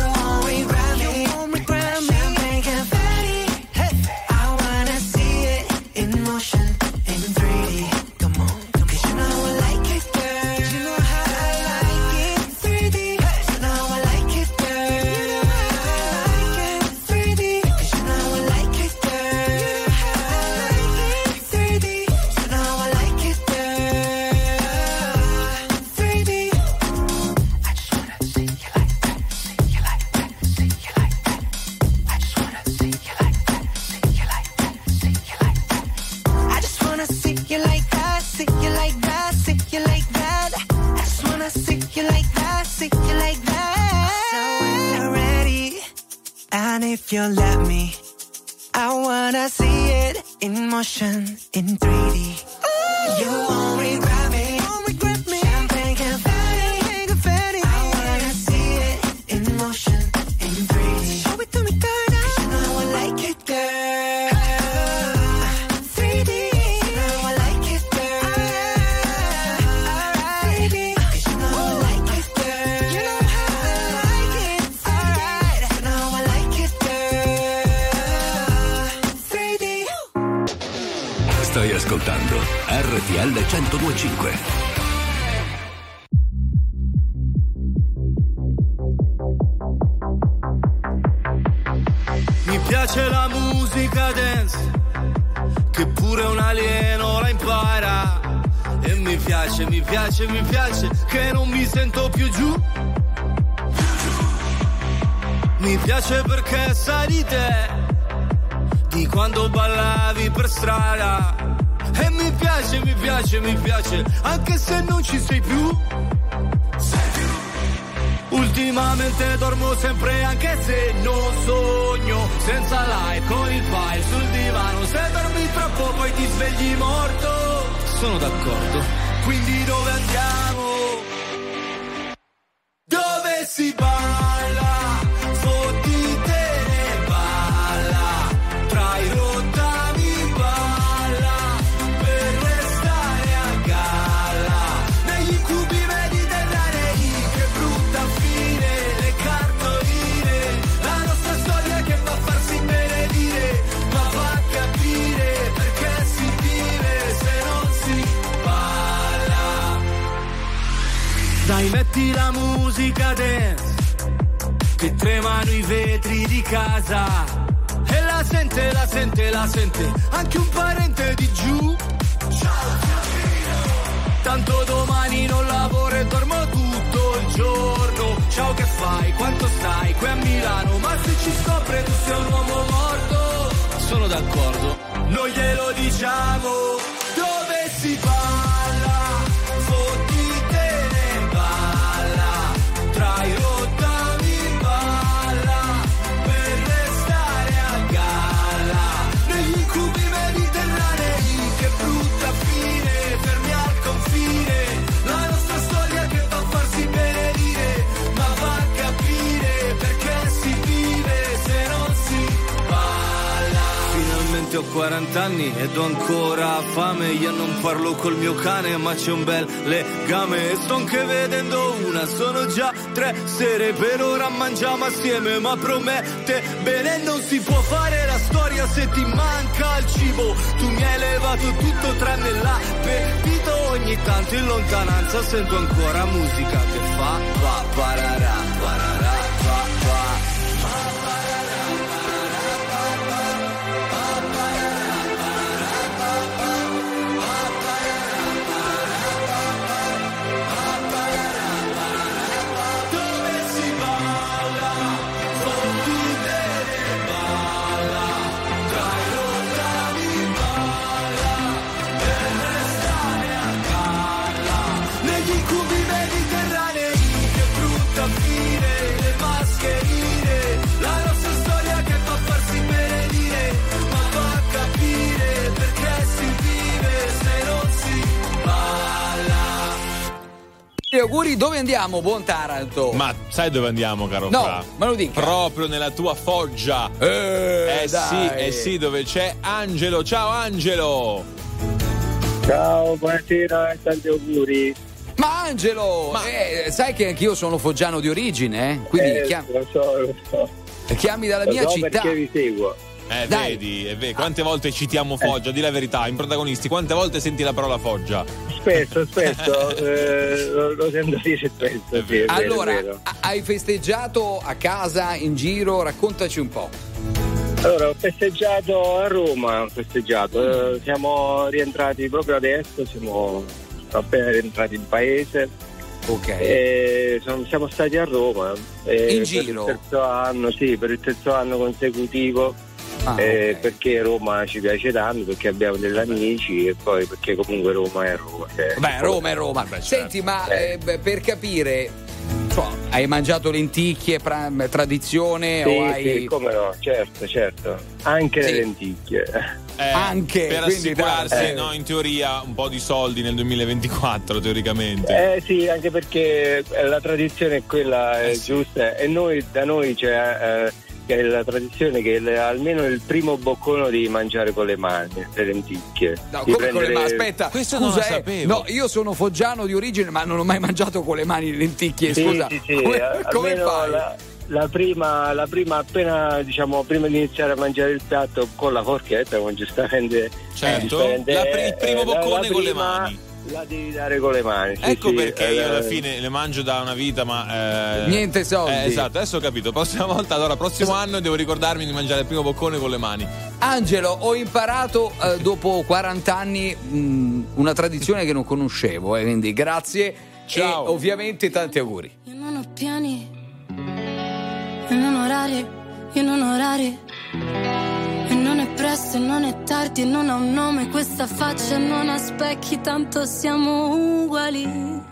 If you let me, I wanna see it in motion, in three D. You won't regret me, won't regret me. Champagne confetti, confetti. I wanna see it in motion, in three D. Show it to me, girl, now. 'Cause you know I like it, girl. three D, you know I like it, girl. Alright, three D, 'cause you know I like it, girl. You know how I like it, alright. You know I like it. Stai ascoltando R T L centodue e cinque. Mi piace la musica dance, che pure un alieno la impara. E mi piace, mi piace, mi piace, che non mi sento più giù. Mi piace perché sai di te, di quando ballavi per strada. E mi piace, mi piace, mi piace, anche se non ci sei più. Ultimamente dormo sempre anche se non sogno, senza like con il file sul divano. Se dormi troppo poi ti svegli morto. Sono d'accordo, quindi dove andiamo? Dove si balla? Fotti te ne balla, tra i rottami balla, per restare a galla. Negli incubi mediterranei, che brutta fine, le cartoline, la nostra storia che fa farsi benedire, ma fa capire perché si vive se non si balla. metti la musica dance, che tremano i vetri di casa, e la sente, la sente, la sente anche un parente di giù. Tanto domani non lavoro e dormo tutto il giorno. Ciao, che fai? Quanto stai? Qui a Milano. Ma se ci scopre tu sei un uomo morto, sono d'accordo, non glielo diciamo. Dove si balla, fottitene balla, tra i rottami in balla, per restare a galla, negli incubi mediterranei, che brutta fine, fermi al confine, la nostra storia che va a farsi benedire, ma va a capire perché si vive se non si balla. Finalmente ho quaranta anni ed ho ancora fame, io non parlo col mio cane ma c'è un bel legame, e sto anche vedendo una, sono già tre sere, per ora mangiamo assieme, ma promette bene, non si può fare la storia se ti manca il cibo, tu mi hai levato tutto tranne l'appetito, ogni tanto in lontananza sento ancora musica che fa pa pararà, pararà, pa pa. Auguri, dove andiamo, buon Taranto? Ma sai dove andiamo, caro No, Fra? me lo dica. Proprio nella tua Foggia. Eh, eh dai. sì, eh sì, dove c'è Angelo. Ciao Angelo. Ciao, buonasera e tanti auguri. Ma Angelo, Ma- eh, sai che anch'io sono foggiano di origine, eh? Quindi Eh, chiam- lo so, lo so. chiami dalla Lo mia so città. perché vi seguo. Eh, Dai. vedi, è vero. Quante volte citiamo Foggia? Di la verità, in protagonisti, quante volte senti la parola Foggia? Spesso, spesso, eh, lo, lo sento dire spesso. Sì, è vero, Allora, è vero. a- hai festeggiato a casa, in giro? Raccontaci un po'. Allora, ho festeggiato a Roma, ho festeggiato. Eh, siamo rientrati proprio adesso, siamo appena rientrati in paese. Ok. E sono- siamo stati a Roma. eh, In giro? Per il terzo anno, sì, per il terzo anno consecutivo. Ah, eh, ok. Perché Roma ci piace tanto, perché abbiamo degli amici e poi perché comunque Roma è Roma. cioè, Beh, Roma è Roma. Beh, certo. Senti, ma Eh. eh, beh, per capire, so, hai mangiato lenticchie, pra- tradizione Sì, o hai... sì, come no, certo, certo. Anche Sì. le lenticchie. Eh, Anche, per quindi, assicurarsi, dai, eh. no, in teoria, un po' di soldi nel duemilaventiquattro, teoricamente. Eh sì, anche perché la tradizione è quella Eh eh, sì. giusta, e noi da noi c'è eh, che è la tradizione che il- almeno il primo boccone devi mangiare con le mani, le lenticchie. No, Di come con le prendere- mani? Aspetta, Questo scusa, non lo eh, sapevo. no, io sono foggiano di origine, ma non ho mai mangiato con le mani le lenticchie, Sì, scusa. sì, sì, come eh, come almeno fai? La, la prima, la prima appena diciamo prima di iniziare a mangiare il piatto con la forchetta, come giustamente Certo, giustamente, la pri- il primo eh, la- boccone la con le prima mani. La devi dare con le mani. sì, Ecco sì, perché eh, io alla fine le mangio da una vita, ma eh, Niente soldi. eh, esatto, adesso ho capito. Prossima volta, allora, prossimo anno devo ricordarmi di mangiare il primo boccone con le mani. Angelo, ho imparato eh, dopo quaranta anni mh, una tradizione che non conoscevo, eh, quindi grazie. Ciao. E ovviamente tanti auguri. Io non ho piani, io non ho orari, io non ho orari. E non è presto e non è tardi e non ha un nome questa faccia, non ha specchi, tanto siamo uguali.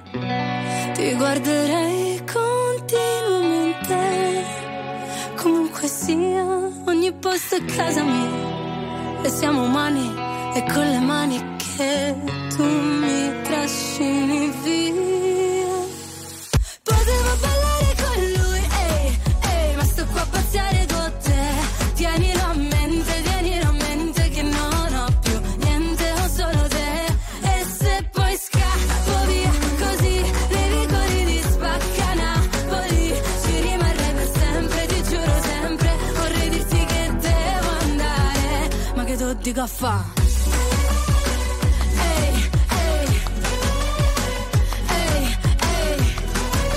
Ti guarderei continuamente, comunque sia, ogni posto è casa mia. E siamo umani e con le mani che tu mi trascini via. Potevo ballare con lui, ehi, ehi, ma sto qua a pazziare con te. Tienilo a mente, tienilo a mente che non ho più niente, ho solo te. E se poi scappo via così, nei vicoli di Spacca Napoli, ci rimarrei per sempre, ti giuro sempre. Vorrei dirti che devo andare, ma che tu dico a fa'? Ehi, ehi, ehi, ehi,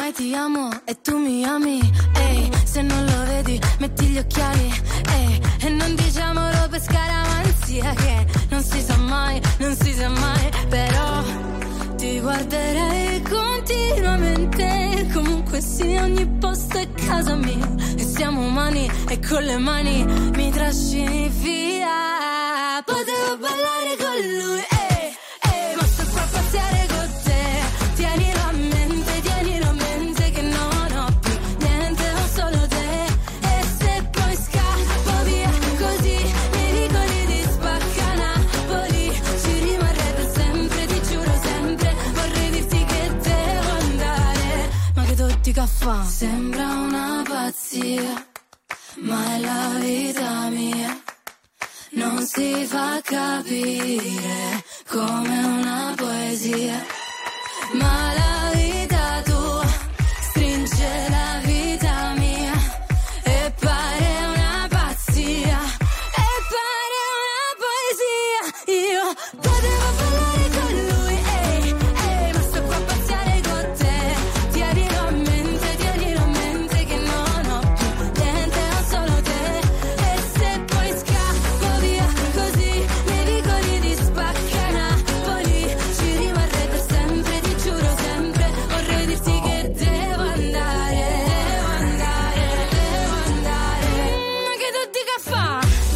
ormai ti amo e tu mi ami. Ehi, se non lo vedi, metti gli occhiali. Ehi, e non diciamolo per scaramanzia, che non si sa mai, non si sa mai. Però ti guarderei continuamente, comunque sia, ogni posto è casa mia. E siamo umani e con le mani mi trascini via. Potevo ballare con lui, ehi, ehi, ma sto qua a paziare con te. Tienilo a mente, tienilo a mente che non ho più niente, ho solo te. E se poi scappo via così, mi ricordi di Spacca Napoli. Ci rimarrei per sempre, ti giuro sempre. Vorrei dirti che devo andare, ma che tutti caffè. Sembra una pazzia, ma è la vita mia. Non si fa capire come una poesia, ma la vita tua stringe la vita mia e pare una pazzia, e pare una poesia. Io potevo parlare con lui, ehi, ehi, ma sto qua a pazziare con te. Tienilo a mente, tienilo a mente che non ho più niente, ho solo te. E se poi scappo via così, mi ricordi di Spacca Napoli. Ci rimarrei per sempre, ti giuro sempre. Vorrei dirti che devo andare, devo andare, devo andare. Ma che tu dica fa?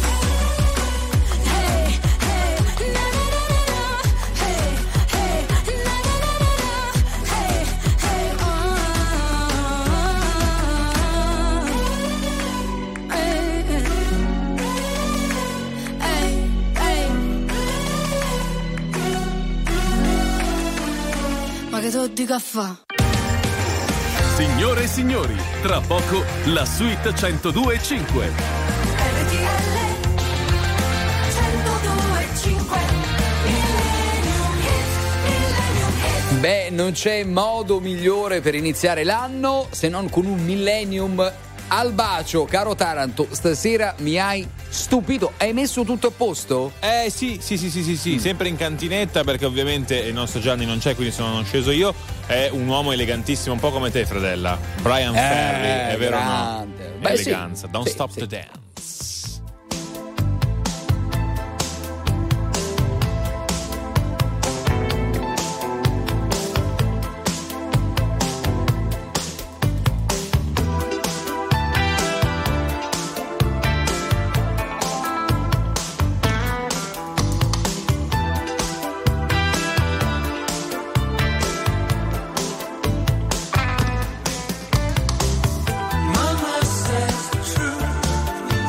Hey, hey, na na na na na. Hey, hey, na na na na na. Hey, hey, oh. Hey, hey, hey. Ma che tu dica fa? Signore e signori, tra poco la suite centodue e cinque. Beh, non c'è modo migliore per iniziare l'anno se non con un millennium al bacio. Caro Taranto, stasera mi hai stupito. Hai messo tutto a posto? Eh sì, sì, sì, sì, sì, sì. Mm. Sempre in cantinetta, perché ovviamente il nostro Gianni non c'è, quindi sono sceso io. È un uomo elegantissimo, un po' come te, fratella. Brian Eh, Ferry, è vero o no? grande. Beh, sì. Eleganza, don't Sì, stop sì. the dance. Mama says the truth.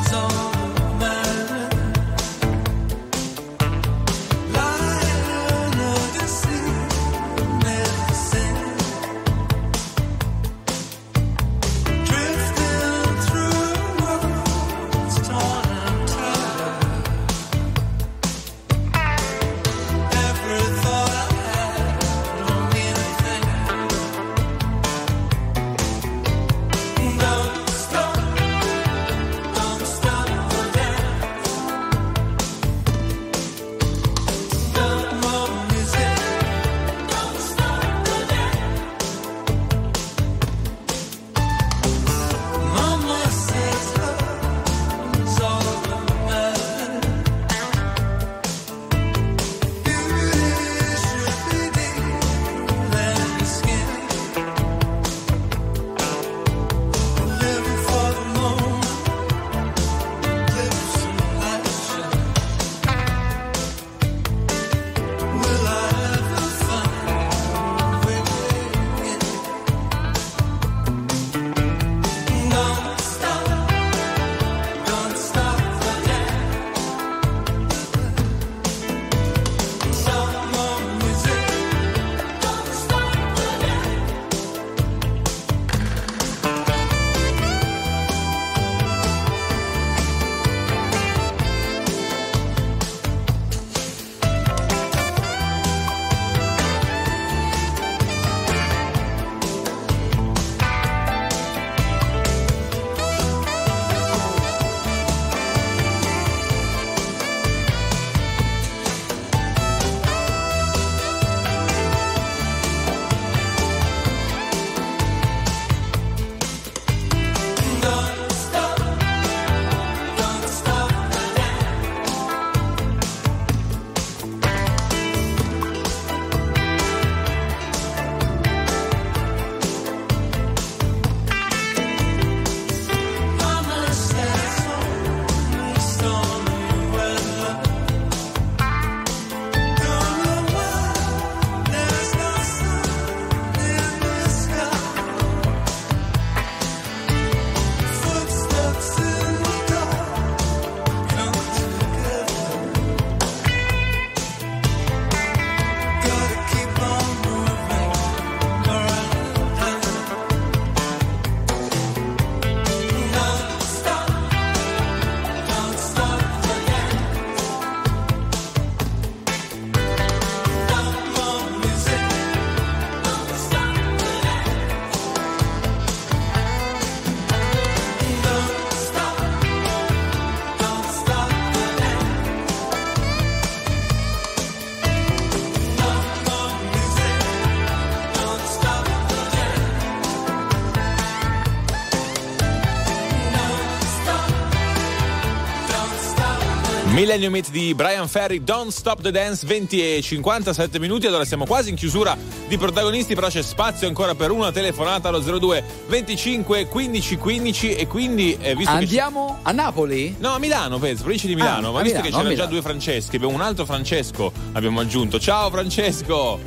Millennium Hit di Brian Ferry, Don't Stop the Dance, venti e cinquantasette minuti. Allora siamo quasi in chiusura di protagonisti, però c'è spazio ancora per una telefonata allo zero due venticinque quindici quindici. E quindi eh, visto andiamo che a Napoli? No, a Milano, penso, provincia di Milano. Ah, ma a visto Milano, che c'erano a già Milano. due Franceschi, abbiamo un altro Francesco, abbiamo aggiunto. Ciao Francesco.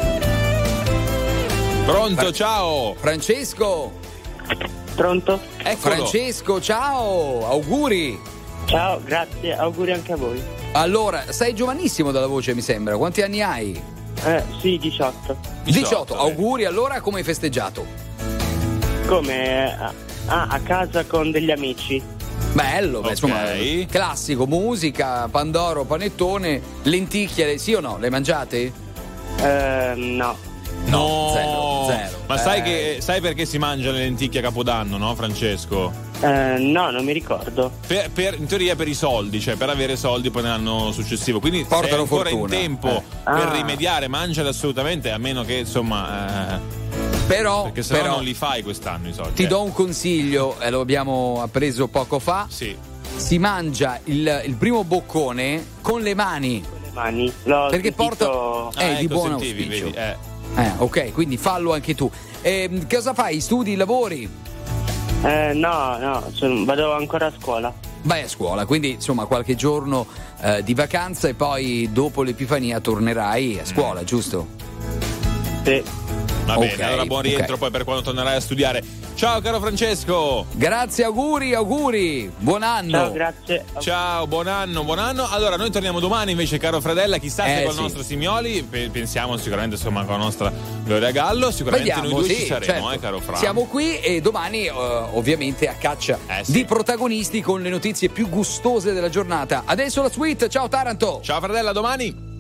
Pronto, Fra- ciao. Francesco. Pronto? Eccolo. Francesco, ciao, auguri. Ciao, grazie, auguri anche a voi. Allora, sei giovanissimo dalla voce, mi sembra. Quanti anni hai? Eh, sì, diciotto. diciotto, auguri. Allora, come hai festeggiato? Come? Ah, a casa con degli amici. Bello, beh, Ok. insomma, classico, musica, pandoro, panettone, lenticchie, sì o no? Le mangiate? Eh, no. No, zero, zero. Ma sai, Eh. che, sai perché si mangiano le lenticchie a Capodanno, no, Francesco? Eh, no, non mi ricordo. Per, per- in teoria per i soldi, cioè per avere soldi poi nell'anno successivo. Quindi Portano sei ancora fortuna. in tempo Eh. per Ah. rimediare, mangiali assolutamente, a meno che insomma. Eh, Però, perché se no però non li fai quest'anno i soldi. ti eh. do un consiglio, eh, lo abbiamo appreso poco fa. Sì. Si mangia il, il primo boccone con le mani. Le mani. L'ho Perché sentito- porta- Ah, Eh, di ecco, buon sentivi, auspicio. vedi, eh. Eh, ok, quindi fallo anche tu. Ehm, cosa fai? Studi, lavori? Eh, no, no, sono- vado ancora a scuola. Vai a scuola, quindi insomma qualche giorno eh, di vacanza e poi dopo l'Epifania tornerai a scuola, giusto? Sì. Va bene, Ok, allora buon rientro ok. poi per quando tornerai a studiare. Ciao caro Francesco. Grazie, auguri, auguri, buon anno. Ciao, grazie. Ciao, buon anno, buon anno. Allora, noi torniamo domani invece, caro Fradella. Chissà se Eh, con sì. il nostro Simioli. Pe- pensiamo sicuramente insomma con la nostra Gloria Gallo. Sicuramente Vediamo, noi due sì, ci saremo, certo. eh, caro Fra. Siamo qui e domani eh, ovviamente a caccia Eh, sì. di protagonisti con le notizie più gustose della giornata. Adesso la suite, ciao Taranto. Ciao Fradella, domani.